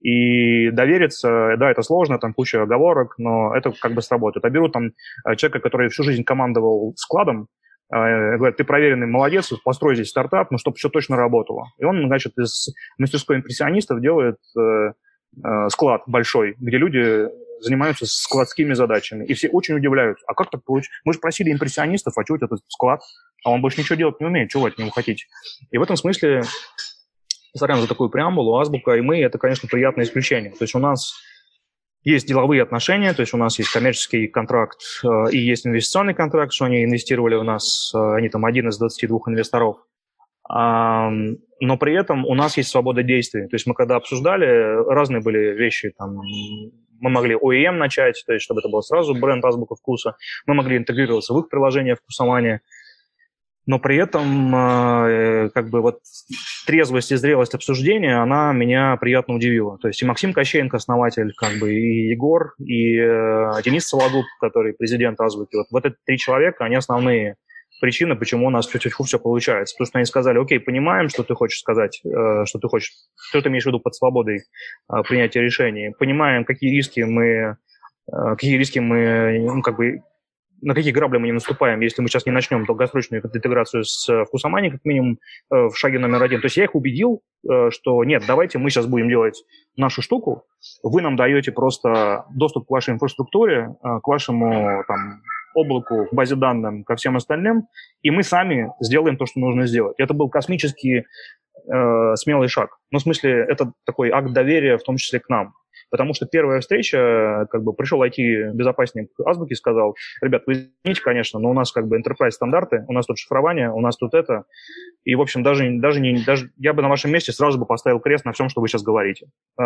И довериться, да, это сложно, там куча оговорок, но это как бы сработает. А берут там человека, который всю жизнь командовал складом, говорят: ты проверенный, молодец, построй здесь стартап, ну, чтобы все точно работало. И он, значит, из мастерской импрессионистов делает э, э, склад большой, где люди занимаются складскими задачами. И все очень удивляются: а как так получилось? Мы же просили импрессионистов, а что это склад? А он больше ничего делать не умеет, чего вы от него хотите? И в этом смысле, сорян за такую преамбулу, Азбука и мы – это, конечно, приятное исключение. То есть у нас есть деловые отношения, то есть у нас есть коммерческий контракт э, и есть инвестиционный контракт, что они инвестировали у нас, э, они там один из двадцати двух инвесторов. А, но при этом у нас есть свобода действий. То есть мы когда обсуждали, разные были вещи, там, мы могли о и эм начать, то есть чтобы это был сразу бренд Азбука Вкуса, мы могли интегрироваться в их приложение Вкусомания, но при этом э, как бы вот трезвость и зрелость обсуждения, она меня приятно удивила. То есть и Максим Кощеенко, основатель, как бы, и Егор, и э, Денис Сологуб, который президент Азбуки. Вот, вот эти три человека, они основные причины, почему у нас тьфу-тьфу все получается. Потому что они сказали: окей, понимаем, что ты хочешь сказать, э, что ты хочешь, что ты имеешь в виду под свободой э, принятия решений. Понимаем, какие риски мы, э, какие риски мы, ну, как бы, на какие грабли мы не наступаем, если мы сейчас не начнем долгосрочную интеграцию с Вкусоманией, как минимум, в шаге номер один. То есть я их убедил, что нет, давайте мы сейчас будем делать нашу штуку, вы нам даете просто доступ к вашей инфраструктуре, к вашему там облаку, к базе данных, ко всем остальным, и мы сами сделаем то, что нужно сделать. Это был космический э, смелый шаг. Ну, в смысле, это такой акт доверия, в том числе к нам. Потому что первая встреча, как бы пришел ай ти-безопасник Азбуки и сказал: ребят, вы извините, конечно, но у нас как бы enterprise стандарты, у нас тут шифрование, у нас тут это. И, в общем, даже, даже, не, даже я бы на вашем месте сразу бы поставил крест на всем, что вы сейчас говорите.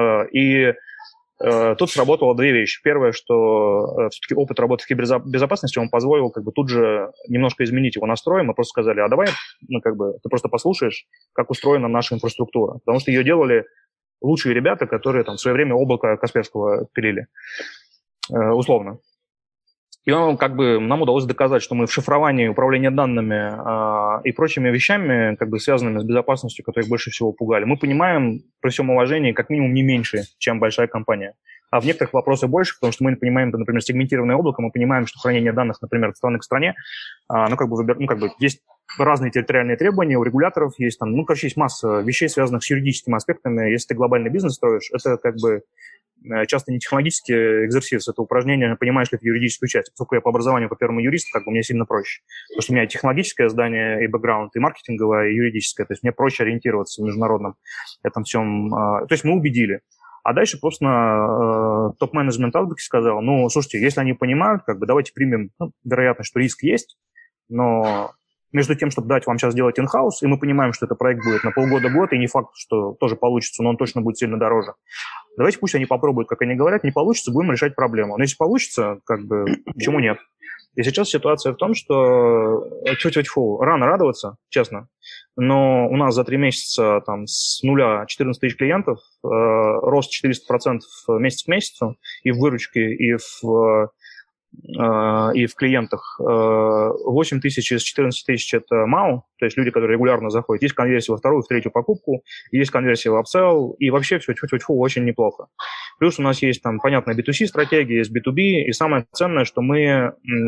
И тут сработало две вещи. Первое, что все-таки опыт работы в кибербезопасности, он позволил как бы тут же немножко изменить его настрой. Мы просто сказали: а давай, ну, как бы, ты просто послушаешь, как устроена наша инфраструктура. Потому что ее делали лучшие ребята, которые там в свое время облако Касперского пилили, э, условно. И он, как бы, нам удалось доказать, что мы в шифровании, управлении данными э, и прочими вещами, как бы связанными с безопасностью, которые их больше всего пугали, мы понимаем, при всем уважении, как минимум не меньше, чем большая компания. А в некоторых вопросах больше, потому что мы понимаем, например, сегментированное облако, мы понимаем, что хранение данных, например, от страны к стране, э, ну, как бы, выбер... ну, как бы есть разные территориальные требования у регуляторов, есть там, ну, короче, есть масса вещей, связанных с юридическими аспектами. Если ты глобальный бизнес строишь, это как бы часто не технологический экзерсис, это упражнение, понимаешь ли ты юридическую часть. Поскольку я по образованию, по первому юрист, как бы мне сильно проще. Потому что у меня и технологическое здание, и бэкграунд, и маркетинговое, и юридическое. То есть мне проще ориентироваться в международном этом всем. То есть мы убедили. А дальше, собственно, топ-менеджмент Азбуки сказал, ну, слушайте, если они понимают, как бы давайте примем, ну, вероятно, что риск есть, но между тем, чтобы дать вам сейчас делать in-house, и мы понимаем, что это проект будет на полгода-год, и не факт, что тоже получится, но он точно будет сильно дороже. Давайте пусть они попробуют, как они говорят, не получится, будем решать проблему. Но если получится, как бы, почему нет? И сейчас ситуация в том, что тьфу-тьфу-тьфу, рано радоваться, честно, но у нас за три месяца там, с нуля четырнадцать тысяч клиентов, э, рост четыреста процентов месяц к месяцу и в выручке, и в... и в клиентах. восемь тысяч из четырнадцати тысяч – это МАУ, то есть люди, которые регулярно заходят. Есть конверсия во вторую, в третью покупку, есть конверсия в апселл, и вообще все тьфу-тьфу-тьфу очень неплохо. Плюс у нас есть там, понятно, би ту си стратегия, есть би ту би, и самое ценное, что мы,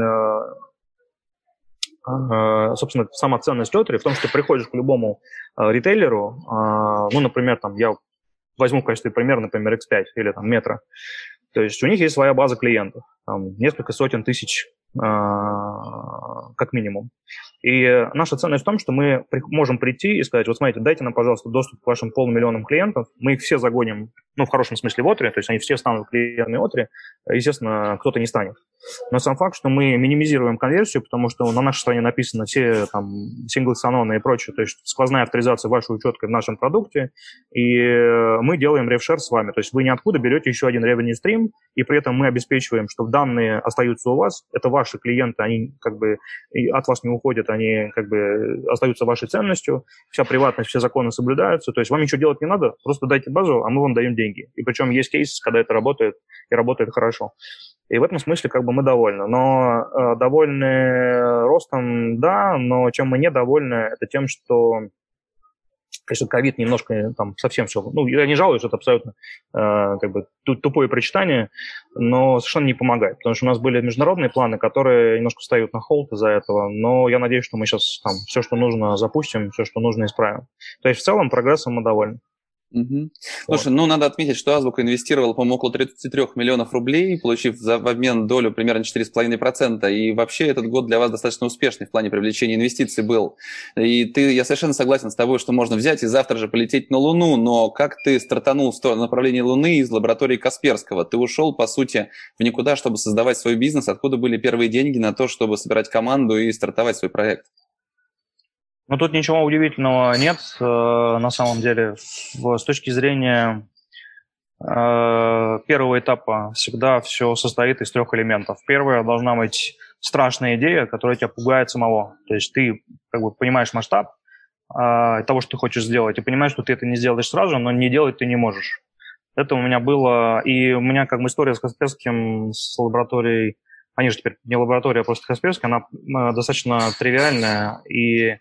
собственно, сама ценность Lottery в том, что ты приходишь к любому ритейлеру, ну, например, там, я возьму в качестве примера, например, икс пять или там Метро. То есть у них есть своя база клиентов, там, несколько сотен тысяч э, как минимум. И наша ценность в том, что мы при, можем прийти и сказать, вот смотрите, дайте нам, пожалуйста, доступ к вашим полумиллионам клиентов, мы их все загоним, ну, в хорошем смысле, в Отри, то есть они все станут клиентами Отри, естественно, кто-то не станет. Но сам факт, что мы минимизируем конверсию, потому что на нашей стране написано все там сингл sign-on и прочее, то есть сквозная авторизация вашей учетки в нашем продукте, и мы делаем ревшер с вами, то есть вы ниоткуда берете еще один revenue stream, и при этом мы обеспечиваем, что данные остаются у вас, это ваши клиенты, они как бы от вас не уходят, они как бы остаются вашей ценностью, вся приватность, все законы соблюдаются, то есть вам ничего делать не надо, просто дайте базу, а мы вам даем деньги. И причем есть кейсы, когда это работает, и работает хорошо. И в этом смысле как бы мы довольны. Но э, довольны ростом, да, но чем мы недовольны, это тем, что, конечно, ковид немножко там совсем все... Ну, я не жалуюсь, это абсолютно э, как бы тупое прочитание, но совершенно не помогает. Потому что у нас были международные планы, которые немножко встают на холд из-за этого, но я надеюсь, что мы сейчас там все, что нужно, запустим, все, что нужно, исправим. То есть в целом прогрессом мы довольны. Угу. Слушай, ну надо отметить, что Азбука инвестировала, по-моему, около тридцать три миллионов рублей, получив за, в обмен долю примерно четыре целых пять десятых процента. И вообще этот год для вас достаточно успешный в плане привлечения инвестиций был. И ты, я совершенно согласен с тобой, что можно взять и завтра же полететь на Луну, но как ты стартанул в сторону направления Луны из лаборатории Касперского? Ты ушел, по сути, в никуда, чтобы создавать свой бизнес. Откуда были первые деньги на то, чтобы собирать команду и стартовать свой проект? Ну, тут ничего удивительного нет, э, на самом деле. В, с точки зрения э, первого этапа всегда все состоит из трех элементов. Первое должна быть страшная идея, которая тебя пугает самого. То есть ты как бы понимаешь масштаб э, того, что ты хочешь сделать, и понимаешь, что ты это не сделаешь сразу, но не делать ты не можешь. Это у меня было, и у меня как бы история с Касперским, с лабораторией, они же теперь не лаборатория, а просто Касперская, она достаточно тривиальная, и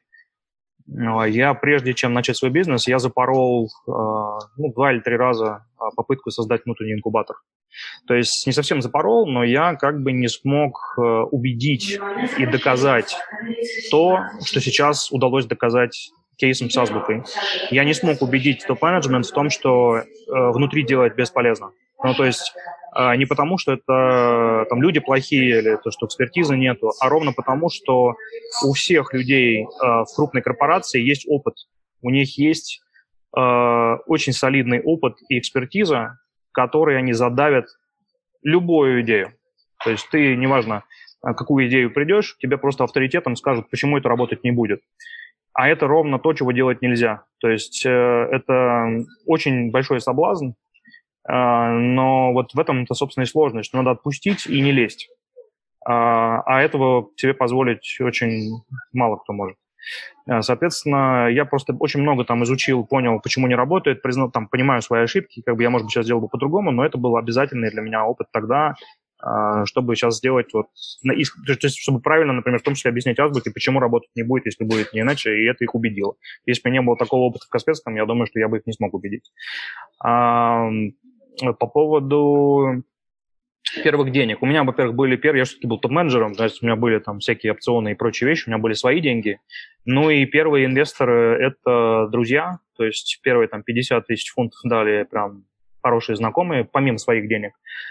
я, прежде чем начать свой бизнес, я запорол э, ну, два или три раза попытку создать внутренний инкубатор. То есть не совсем запорол, но я как бы не смог э, убедить и доказать то, что сейчас удалось доказать кейсом с Азбукой. Я не смог убедить топ-менеджмент в том, что э, внутри делать бесполезно. Ну, то есть э, не потому, что это там люди плохие или то, что экспертизы нету, а ровно потому, что у всех людей э, в крупной корпорации есть опыт. У них есть э, очень солидный опыт и экспертиза, которые они задавят любую идею. То есть ты, неважно, какую идею придешь, тебе просто авторитетом скажут, почему это работать не будет. А это ровно то, чего делать нельзя. То есть э, это очень большой соблазн, но вот в этом-то, собственно, и сложность, что надо отпустить и не лезть. А этого себе позволить очень мало кто может. Соответственно, я просто очень много там изучил, понял, почему не работает, признал, там, понимаю свои ошибки, как бы я, может быть, сейчас сделал бы по-другому, но это был обязательный для меня опыт тогда, чтобы сейчас сделать вот, то есть, чтобы правильно, например, в том числе объяснять азбуке, почему работать не будет, если будет не иначе, и это их убедило. Если бы не было такого опыта в Касперском, я думаю, что я бы их не смог убедить. А, по поводу первых денег. У меня, во-первых, были первые, я все-таки был топ-менеджером, то есть у меня были там всякие опционы и прочие вещи, у меня были свои деньги. Ну и первые инвесторы – это друзья, то есть первые там пятьдесят тысяч фунтов дали прям хорошие знакомые, помимо своих денег.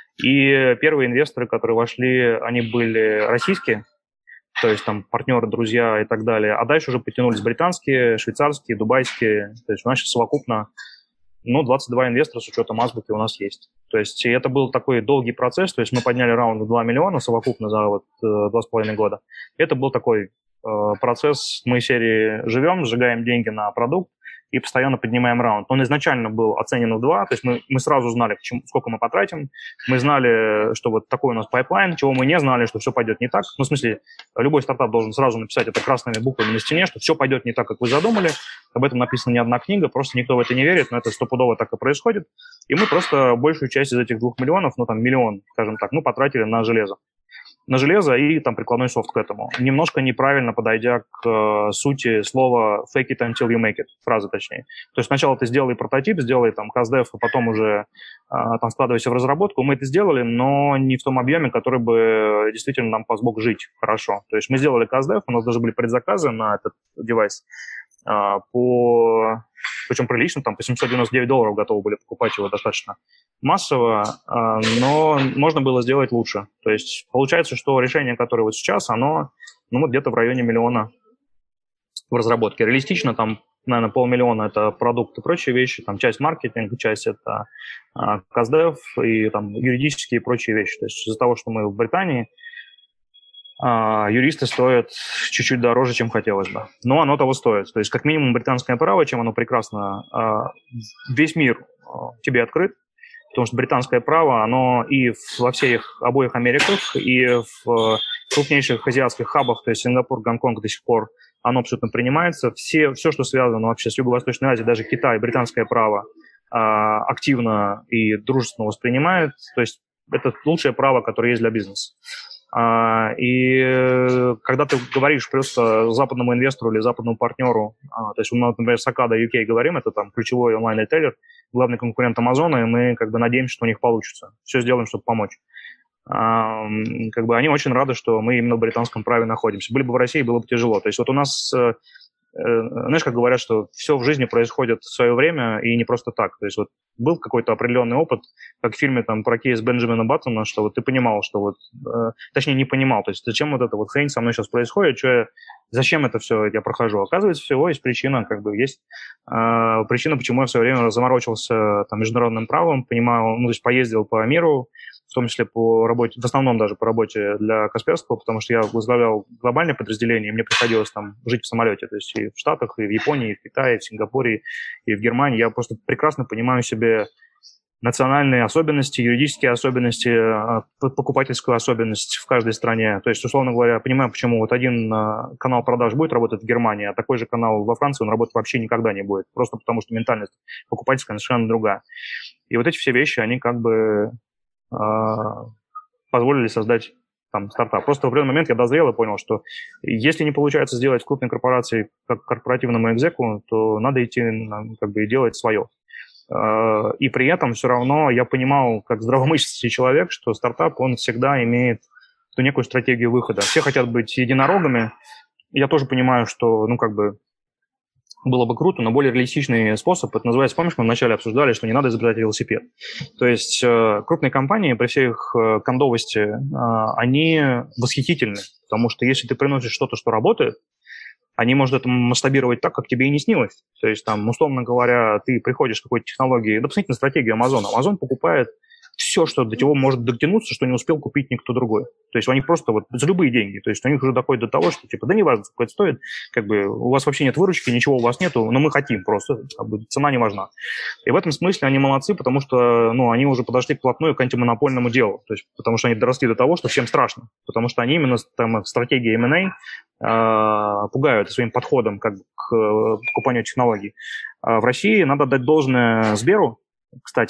И первые инвесторы, которые вошли, они были российские, то есть там партнеры, друзья и так далее. А дальше уже потянулись британские, швейцарские, дубайские. То есть у нас сейчас совокупно, ну, двадцать два инвестора с учетом азбуки у нас есть. То есть это был такой долгий процесс. То есть мы подняли раунд в два миллиона совокупно за вот два с половиной года. Это был такой э, процесс. Мы в серии живем, сжигаем деньги на продукт и постоянно поднимаем раунд. Он изначально был оценен в два, то есть мы, мы сразу знали, почему, сколько мы потратим. Мы знали, что вот такой у нас пайплайн, чего мы не знали, что все пойдет не так. Ну, в смысле, любой стартап должен сразу написать это красными буквами на стене, что все пойдет не так, как вы задумали. Об этом написана не одна книга, просто никто в это не верит, но это стопудово так и происходит. И мы просто большую часть из этих двух миллионов, ну, там, миллион, скажем так, ну, потратили на железо. На железо и там прикладной софт к этому. Немножко неправильно подойдя к э, сути слова fake it until you make it, фразы точнее. То есть сначала ты сделай прототип, сделай там каздев, а потом уже э, там складывайся в разработку. Мы это сделали, но не в том объеме, который бы действительно нам помог жить хорошо. То есть мы сделали каздев, у нас даже были предзаказы на этот девайс э, по... Причем прилично, там по семьсот девяносто девять долларов готовы были покупать его достаточно массово, но можно было сделать лучше. То есть получается, что решение, которое вот сейчас, оно ну, где-то в районе миллиона в разработке. Реалистично там, наверное, полмиллиона – это продукты и прочие вещи, там часть маркетинга, часть – это каздев и там юридические и прочие вещи. То есть из-за того, что мы в Британии, юристы стоят чуть-чуть дороже, чем хотелось бы. Но оно того стоит. То есть, как минимум, британское право, чем оно прекрасно, весь мир тебе открыт, потому что британское право, оно и во всех обоих Америках, и в крупнейших азиатских хабах, то есть Сингапур, Гонконг до сих пор, оно абсолютно принимается. Все, все, что связано вообще с Юго-Восточной Азией, даже Китай, британское право активно и дружественно воспринимает. То есть, это лучшее право, которое есть для бизнеса. И когда ты говоришь просто западному инвестору или западному партнеру, то есть мы, например, с Ocado ю кей говорим, это там ключевой онлайн-ритейлер, главный конкурент Амазона, и мы как бы надеемся, что у них получится. Все сделаем, чтобы помочь. Как бы они очень рады, что мы именно в британском праве находимся. Были бы в России, было бы тяжело. То есть вот у нас, знаешь, как говорят, что все в жизни происходит в свое время и не просто так. То есть вот был какой-то определенный опыт, как в фильме там про кейс Бенджамина Баттона, что вот ты понимал, что вот, э, точнее не понимал, то есть зачем вот эта вот хрень со мной сейчас происходит, что я, зачем это все я прохожу. Оказывается, всего есть причина, как бы есть э, причина, почему я в свое время заморочился там международным правом, понимал, ну то есть поездил по миру, в том числе по работе, в основном даже по работе для Касперского, потому что я возглавлял глобальное подразделение, и мне приходилось там жить в самолете, то есть и в Штатах, и в Японии, и в Китае, и в Сингапуре, и в Германии. Я просто прекрасно понимаю себе национальные особенности, юридические особенности, покупательскую особенность в каждой стране. То есть, условно говоря, понимаю, почему вот один канал продаж будет работать в Германии, а такой же канал во Франции он работать вообще никогда не будет. Просто потому, что ментальность покупательская совершенно другая. И вот эти все вещи, они как бы э, позволили создать там стартап. Просто в определенный момент я дозрел и понял, что если не получается сделать в крупной корпорации как корпоративному экзеку, то надо идти как бы и делать свое. И при этом все равно я понимал, как здравомыслящий человек, что стартап, он всегда имеет ту некую стратегию выхода. Все хотят быть единорогами. Я тоже понимаю, что, ну, как бы, было бы круто, но более реалистичный способ, это называется, помнишь, мы вначале обсуждали, что не надо изобретать велосипед. То есть крупные компании при всей их кондовости, они восхитительны, потому что если ты приносишь что-то, что работает, они могут это масштабировать так, как тебе и не снилось. То есть, там, условно говоря, ты приходишь к какой-то технологии, да, посмотрите на стратегию Амазона. Амазон покупает все, что до чего может дотянуться, что не успел купить никто другой. То есть, они просто вот за любые деньги. То есть, у них уже доходит до того, что, типа, да неважно, сколько это стоит, как бы, у вас вообще нет выручки, ничего у вас нету, но мы хотим просто, как бы, цена не важна. И в этом смысле они молодцы, потому что, ну, они уже подошли вплотную к антимонопольному делу. То есть, потому что они доросли до того, что всем страшно. Потому что они именно там в стратегии эм энд эй пугают своим подходом как бы, к покупанию технологий. В России надо дать должное Сберу, кстати. То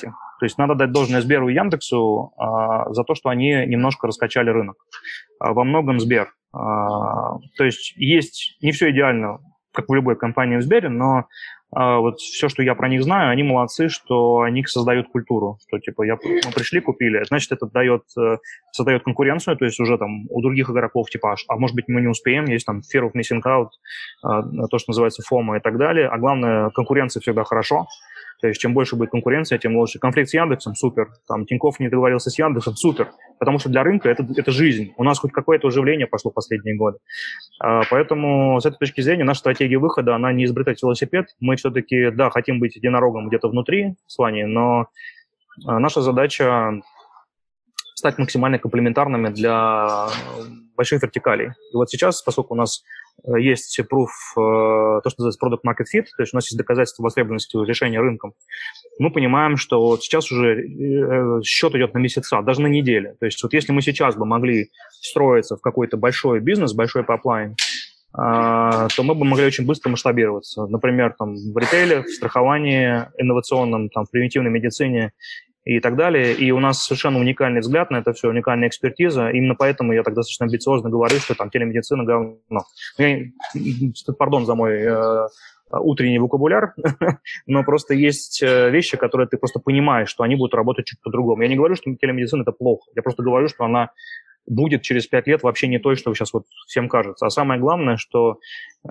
То есть надо дать должное Сберу и Яндексу а, за то, что они немножко раскачали рынок. А, во многом Сбер. А, то есть есть не все идеально, как в любой компании в Сбере, но а, вот все, что я про них знаю, они молодцы, что они создают культуру. Что типа я, мы пришли, купили, значит, это дает, создает конкуренцию, то есть уже там у других игроков типа, а может быть мы не успеем, есть там fear of missing out, а, то, что называется фомо и так далее. А главное, конкуренция всегда хорошо. То есть чем больше будет конкуренция, тем лучше. Конфликт с Яндексом – супер. Там Тинькофф не договорился с Яндексом – супер. Потому что для рынка это, это жизнь. У нас хоть какое-то оживление пошло в последние годы. А, поэтому с этой точки зрения наша стратегия выхода, она не изобретать велосипед. Мы все-таки, да, хотим быть единорогом где-то внутри с вами, но а, наша задача стать максимально комплементарными для больших вертикалей. И вот сейчас, поскольку у нас есть proof, то, что называется product market fit, то есть у нас есть доказательства востребованности решения рынком, мы понимаем, что вот сейчас уже счет идет на месяца, даже на недели. То есть вот если мы сейчас бы могли встроиться в какой-то большой бизнес, большой пайплайн, то мы бы могли очень быстро масштабироваться. Например, там, в ритейле, в страховании инновационном, там, в превентивной медицине и так далее. И у нас совершенно уникальный взгляд на это все, уникальная экспертиза. Именно поэтому я так достаточно амбициозно говорю, что там телемедицина говно. Я, пардон за мой э, утренний вокабуляр, но просто есть вещи, которые ты просто понимаешь, что они будут работать чуть по-другому. Я не говорю, что телемедицина – это плохо. Я просто говорю, что она будет через пять лет вообще не той, что сейчас вот всем кажется. А самое главное, что э,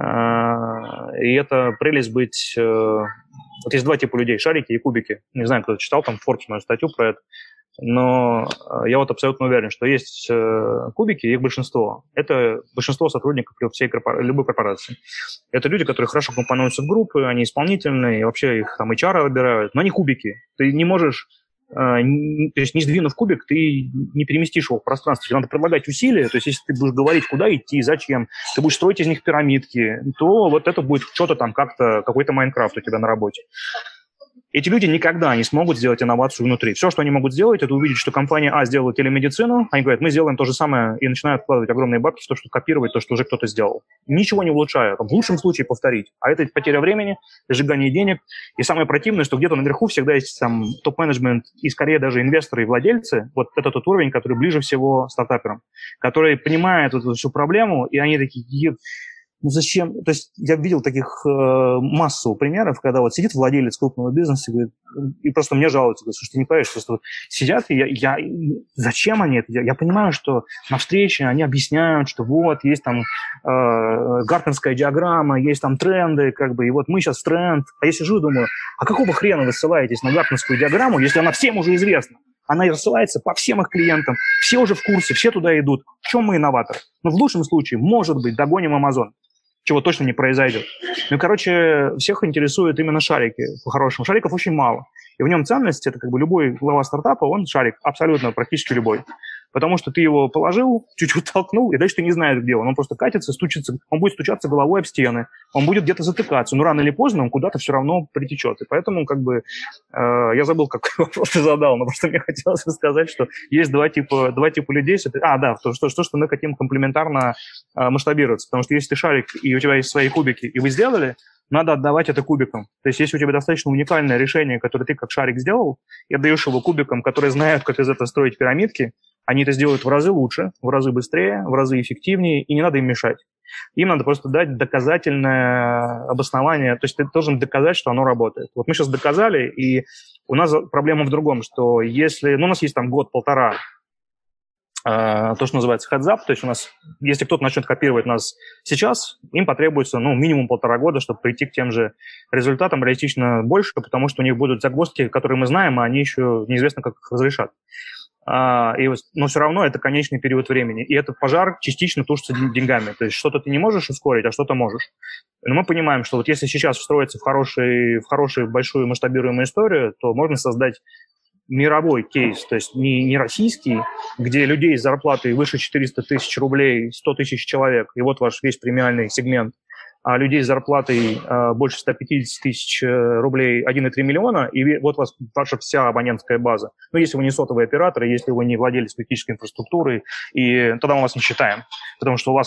и это прелесть быть... Э, вот есть два типа людей, шарики и кубики. Не знаю, кто читал там Forbes мою статью про это, но я вот абсолютно уверен, что есть э, кубики, их большинство. Это большинство сотрудников всей корпора... любой корпорации. Это люди, которые хорошо компонуются в группы, они исполнительные, и вообще их там эйч ар выбирают, но они кубики. Ты не можешь... То есть, не сдвинув кубик, ты не переместишь его в пространство. Тебе надо предлагать усилия. То есть, если ты будешь говорить, куда идти, зачем, ты будешь строить из них пирамидки, то вот это будет что-то там как-то, какой-то Майнкрафт у тебя на работе. Эти люди никогда не смогут сделать инновацию внутри. Все, что они могут сделать, это увидеть, что компания А сделала телемедицину, они говорят, мы сделаем то же самое, и начинают вкладывать огромные бабки в то, чтобы копировать то, что уже кто-то сделал. Ничего не улучшая, в лучшем случае повторить. А это потеря времени, сжигание денег. И самое противное, что где-то наверху всегда есть там топ-менеджмент и скорее даже инвесторы и владельцы. Вот это тот уровень, который ближе всего стартаперам, которые понимают эту всю проблему, и они такие... Ну зачем? То есть я видел таких э, массу примеров, когда вот сидит владелец крупного бизнеса и, говорит, и просто мне жалуется, говорит, слушай, ты не понимаешь, просто вот сидят, и я, я, зачем они это делают? Я понимаю, что на встрече они объясняют, что вот есть там э, гартнерская диаграмма, есть там тренды, как бы, и вот мы сейчас в тренд. А я сижу и думаю, а какого хрена вы ссылаетесь на гартнерскую диаграмму, если она всем уже известна? Она рассылается по всем их клиентам, все уже в курсе, все туда идут. В чем мы инноваторы? Ну, в лучшем случае, может быть, догоним Amazon, чего точно не произойдет. Ну, короче, всех интересуют именно шарики. По-хорошему, шариков очень мало. И в нем ценность, это как бы любой глава стартапа, он шарик, абсолютно, практически любой. Потому что ты его положил, чуть-чуть толкнул, и дальше ты не знаешь, где он. Он просто катится, стучится, он будет стучаться головой об стены, он будет где-то затыкаться, но рано или поздно он куда-то все равно притечет. И поэтому, как бы, э, я забыл, какой вопрос ты задал, но просто мне хотелось сказать, что есть два типа, два типа людей. А, да, то, что, что, что мы хотим комплементарно э, масштабироваться. Потому что если ты шарик, и у тебя есть свои кубики, и вы сделали, надо отдавать это кубикам. То есть если у тебя достаточно уникальное решение, которое ты как шарик сделал, и отдаешь его кубикам, которые знают, как из этого строить пирамидки, они это сделают в разы лучше, в разы быстрее, в разы эффективнее, и не надо им мешать. Им надо просто дать доказательное обоснование, то есть ты должен доказать, что оно работает. Вот мы сейчас доказали, и у нас проблема в другом, что если, ну, у нас есть там год-полтора, то, что называется heads up, то есть у нас, если кто-то начнет копировать нас сейчас, им потребуется, ну, минимум полтора года, чтобы прийти к тем же результатам, реалистично больше, потому что у них будут загвоздки, которые мы знаем, а они еще неизвестно, как их разрешат. А, и, но все равно это конечный период времени. И этот пожар частично тушится деньгами. То есть что-то ты не можешь ускорить, а что-то можешь. Но мы понимаем, что вот если сейчас встроиться в, хороший, в хорошую, большую масштабируемую историю, то можно создать мировой кейс, то есть не, не российский, где людей с зарплатой выше четыреста тысяч рублей, сто тысяч человек, и вот ваш весь премиальный сегмент, а людей с зарплатой э, больше ста пятидесяти тысяч рублей один и три миллиона, и вот у вас ваша вся абонентская база. Ну, если вы не сотовый оператор, если вы не владелец критической инфраструктуры, и тогда мы вас не считаем, потому что у вас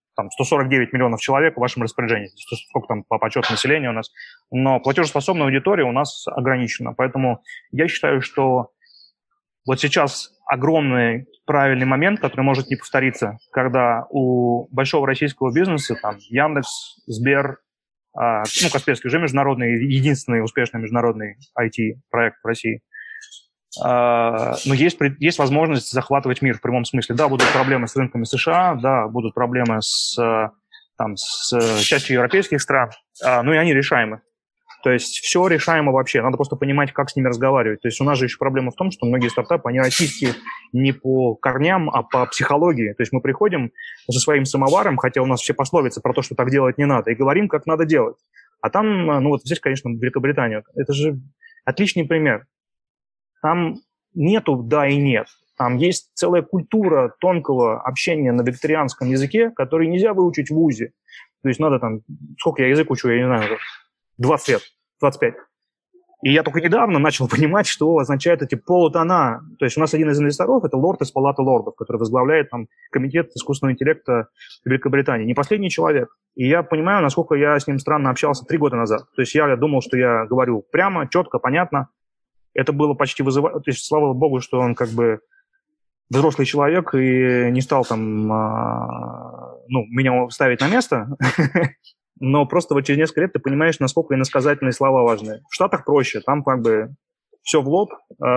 там сто сорок девять миллионов человек в вашем распоряжении, сколько там по подсчету населения у нас, но платежеспособная аудитория у нас ограничена. Поэтому я считаю, что вот сейчас огромный правильный момент, который может не повториться, когда у большого российского бизнеса, там, Яндекс, Сбер, а, ну, Касперский уже международный, единственный успешный международный ай ти-проект в России, а, но есть, есть возможность захватывать мир в прямом смысле. Да, будут проблемы с рынками США, да, будут проблемы с, там, с частью европейских стран, а, ну и они решаемы. То есть все решаемо вообще, надо просто понимать, как с ними разговаривать. То есть у нас же еще проблема в том, что многие стартапы, они российские не по корням, а по психологии. То есть мы приходим со своим самоваром, хотя у нас все пословицы про то, что так делать не надо, и говорим, как надо делать. А там, ну вот здесь, конечно, Великобритания, это же отличный пример. Там нету «да» и «нет». Там есть целая культура тонкого общения на викторианском языке, который нельзя выучить в вузе. То есть надо там... Сколько я язык учу, я не знаю, двадцать лет, двадцать пять. И я только недавно начал понимать, что означают эти полутона. То есть у нас один из инвесторов – это лорд из Палаты лордов, который возглавляет там комитет искусственного интеллекта Великобритании. Не последний человек. И я понимаю, насколько я с ним странно общался три года назад. То есть я думал, что я говорю прямо, четко, понятно. Это было почти вызывающе. То есть слава богу, что он как бы взрослый человек и не стал там, ну, меня ставить на место. Но просто вот через несколько лет ты понимаешь, насколько иносказательные слова важны. В Штатах проще, там как бы все в лоб,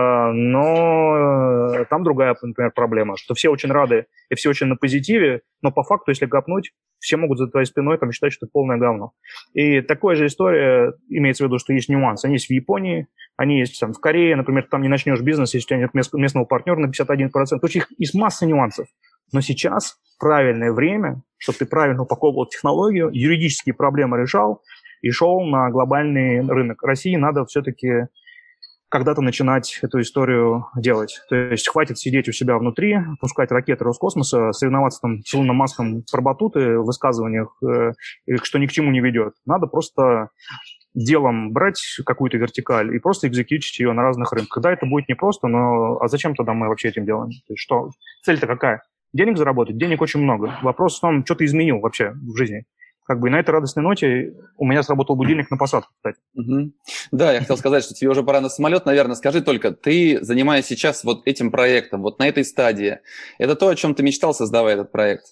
но там другая, например, проблема, что все очень рады и все очень на позитиве, но по факту, если копнуть, все могут за твоей спиной там считать, что это полное говно. И такая же история, имеется в виду, что есть нюансы. Они есть в Японии, они есть там, в Корее, например, ты там не начнешь бизнес, если у тебя нет местного партнера на пятьдесят один процент. То есть их есть масса нюансов. Но сейчас правильное время, чтобы ты правильно упаковывал технологию, юридические проблемы решал и шел на глобальный рынок. России надо все-таки когда-то начинать эту историю делать. То есть хватит сидеть у себя внутри, пускать ракеты Роскосмоса, соревноваться там с Илоном Маском про батуты в высказываниях, э, что ни к чему не ведет. Надо просто делом брать какую-то вертикаль и просто экзекьютить ее на разных рынках. Да, это будет непросто, но а зачем тогда мы вообще этим делаем? То есть что? Цель-то какая? Денег заработать? Денег очень много. Вопрос в том, что ты изменил вообще в жизни. Как бы на этой радостной ноте у меня сработал будильник на посадку, кстати. Угу. Да, я хотел сказать, что тебе уже пора на самолет, наверное. Скажи только, ты, занимаясь сейчас вот этим проектом, вот на этой стадии, это то, о чем ты мечтал, создавая этот проект?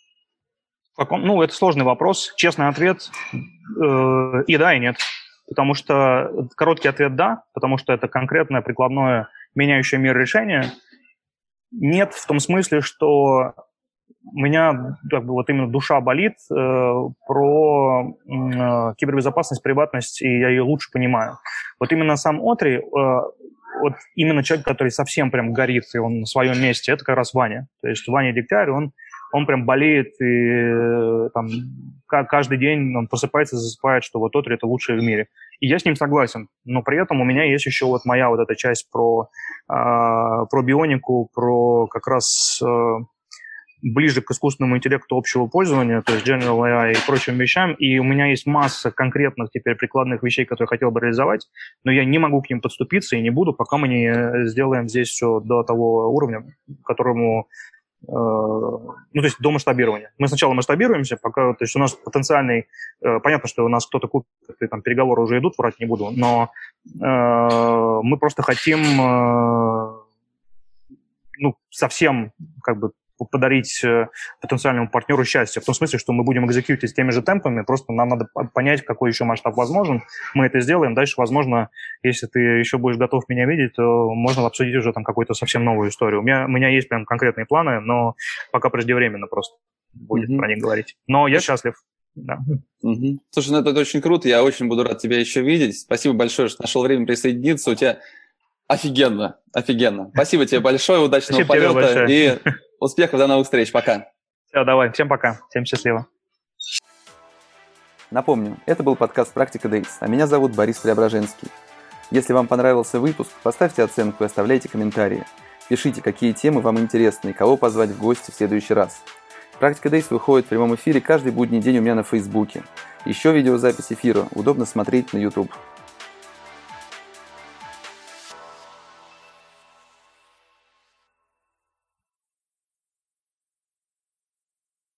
Ну, это сложный вопрос. Честный ответ э, и да, и нет. Потому что короткий ответ да, потому что это конкретное, прикладное, меняющее мир решение. Нет в том смысле, что у меня как бы вот именно душа болит э, про э, кибербезопасность, приватность, и я ее лучше понимаю. Вот именно сам Отри, э, вот именно человек, который совсем прям горит, и он на своем месте, это как раз Ваня. То есть Ваня Дегтярь, он, он прям болеет, и э, там каждый день он просыпается и засыпает, что вот Отри – это лучшее в мире. И я с ним согласен, но при этом у меня есть еще вот моя вот эта часть про, э, про бионику, про как раз… Э, ближе к искусственному интеллекту общего пользования, то есть General эй ай и прочим вещам, и у меня есть масса конкретных теперь прикладных вещей, которые я хотел бы реализовать, но я не могу к ним подступиться и не буду, пока мы не сделаем здесь все до того уровня, которому, э, ну, то есть до масштабирования. Мы сначала масштабируемся, пока, то есть у нас потенциальный, э, понятно, что у нас кто-то купит, и там переговоры уже идут, врать не буду, но э, мы просто хотим, э, ну, совсем, как бы, подарить потенциальному партнеру счастье. В том смысле, что мы будем экзекьютить теми же темпами, просто нам надо понять, какой еще масштаб возможен. Мы это сделаем. Дальше, возможно, если ты еще будешь готов меня видеть, то можно обсудить уже там какую-то совсем новую историю. У меня, у меня есть прям конкретные планы, но пока преждевременно просто будет mm-hmm. про них говорить. Но я счастлив. Да. Mm-hmm. Слушай, ну это, это очень круто. Я очень буду рад тебя еще видеть. Спасибо большое, что нашел время присоединиться. У тебя офигенно, офигенно. Спасибо тебе большое, удачного Спасибо полета и успехов, до новых встреч. Пока. Все, давай. Всем пока. Всем счастливо. Напомню, это был подкаст «Практика Days», а меня зовут Борис Преображенский. Если вам понравился выпуск, поставьте оценку и оставляйте комментарии. Пишите, какие темы вам интересны и кого позвать в гости в следующий раз. «Практика Days» выходит в прямом эфире каждый будний день у меня на Фейсбуке. Еще видеозапись эфира удобно смотреть на YouTube.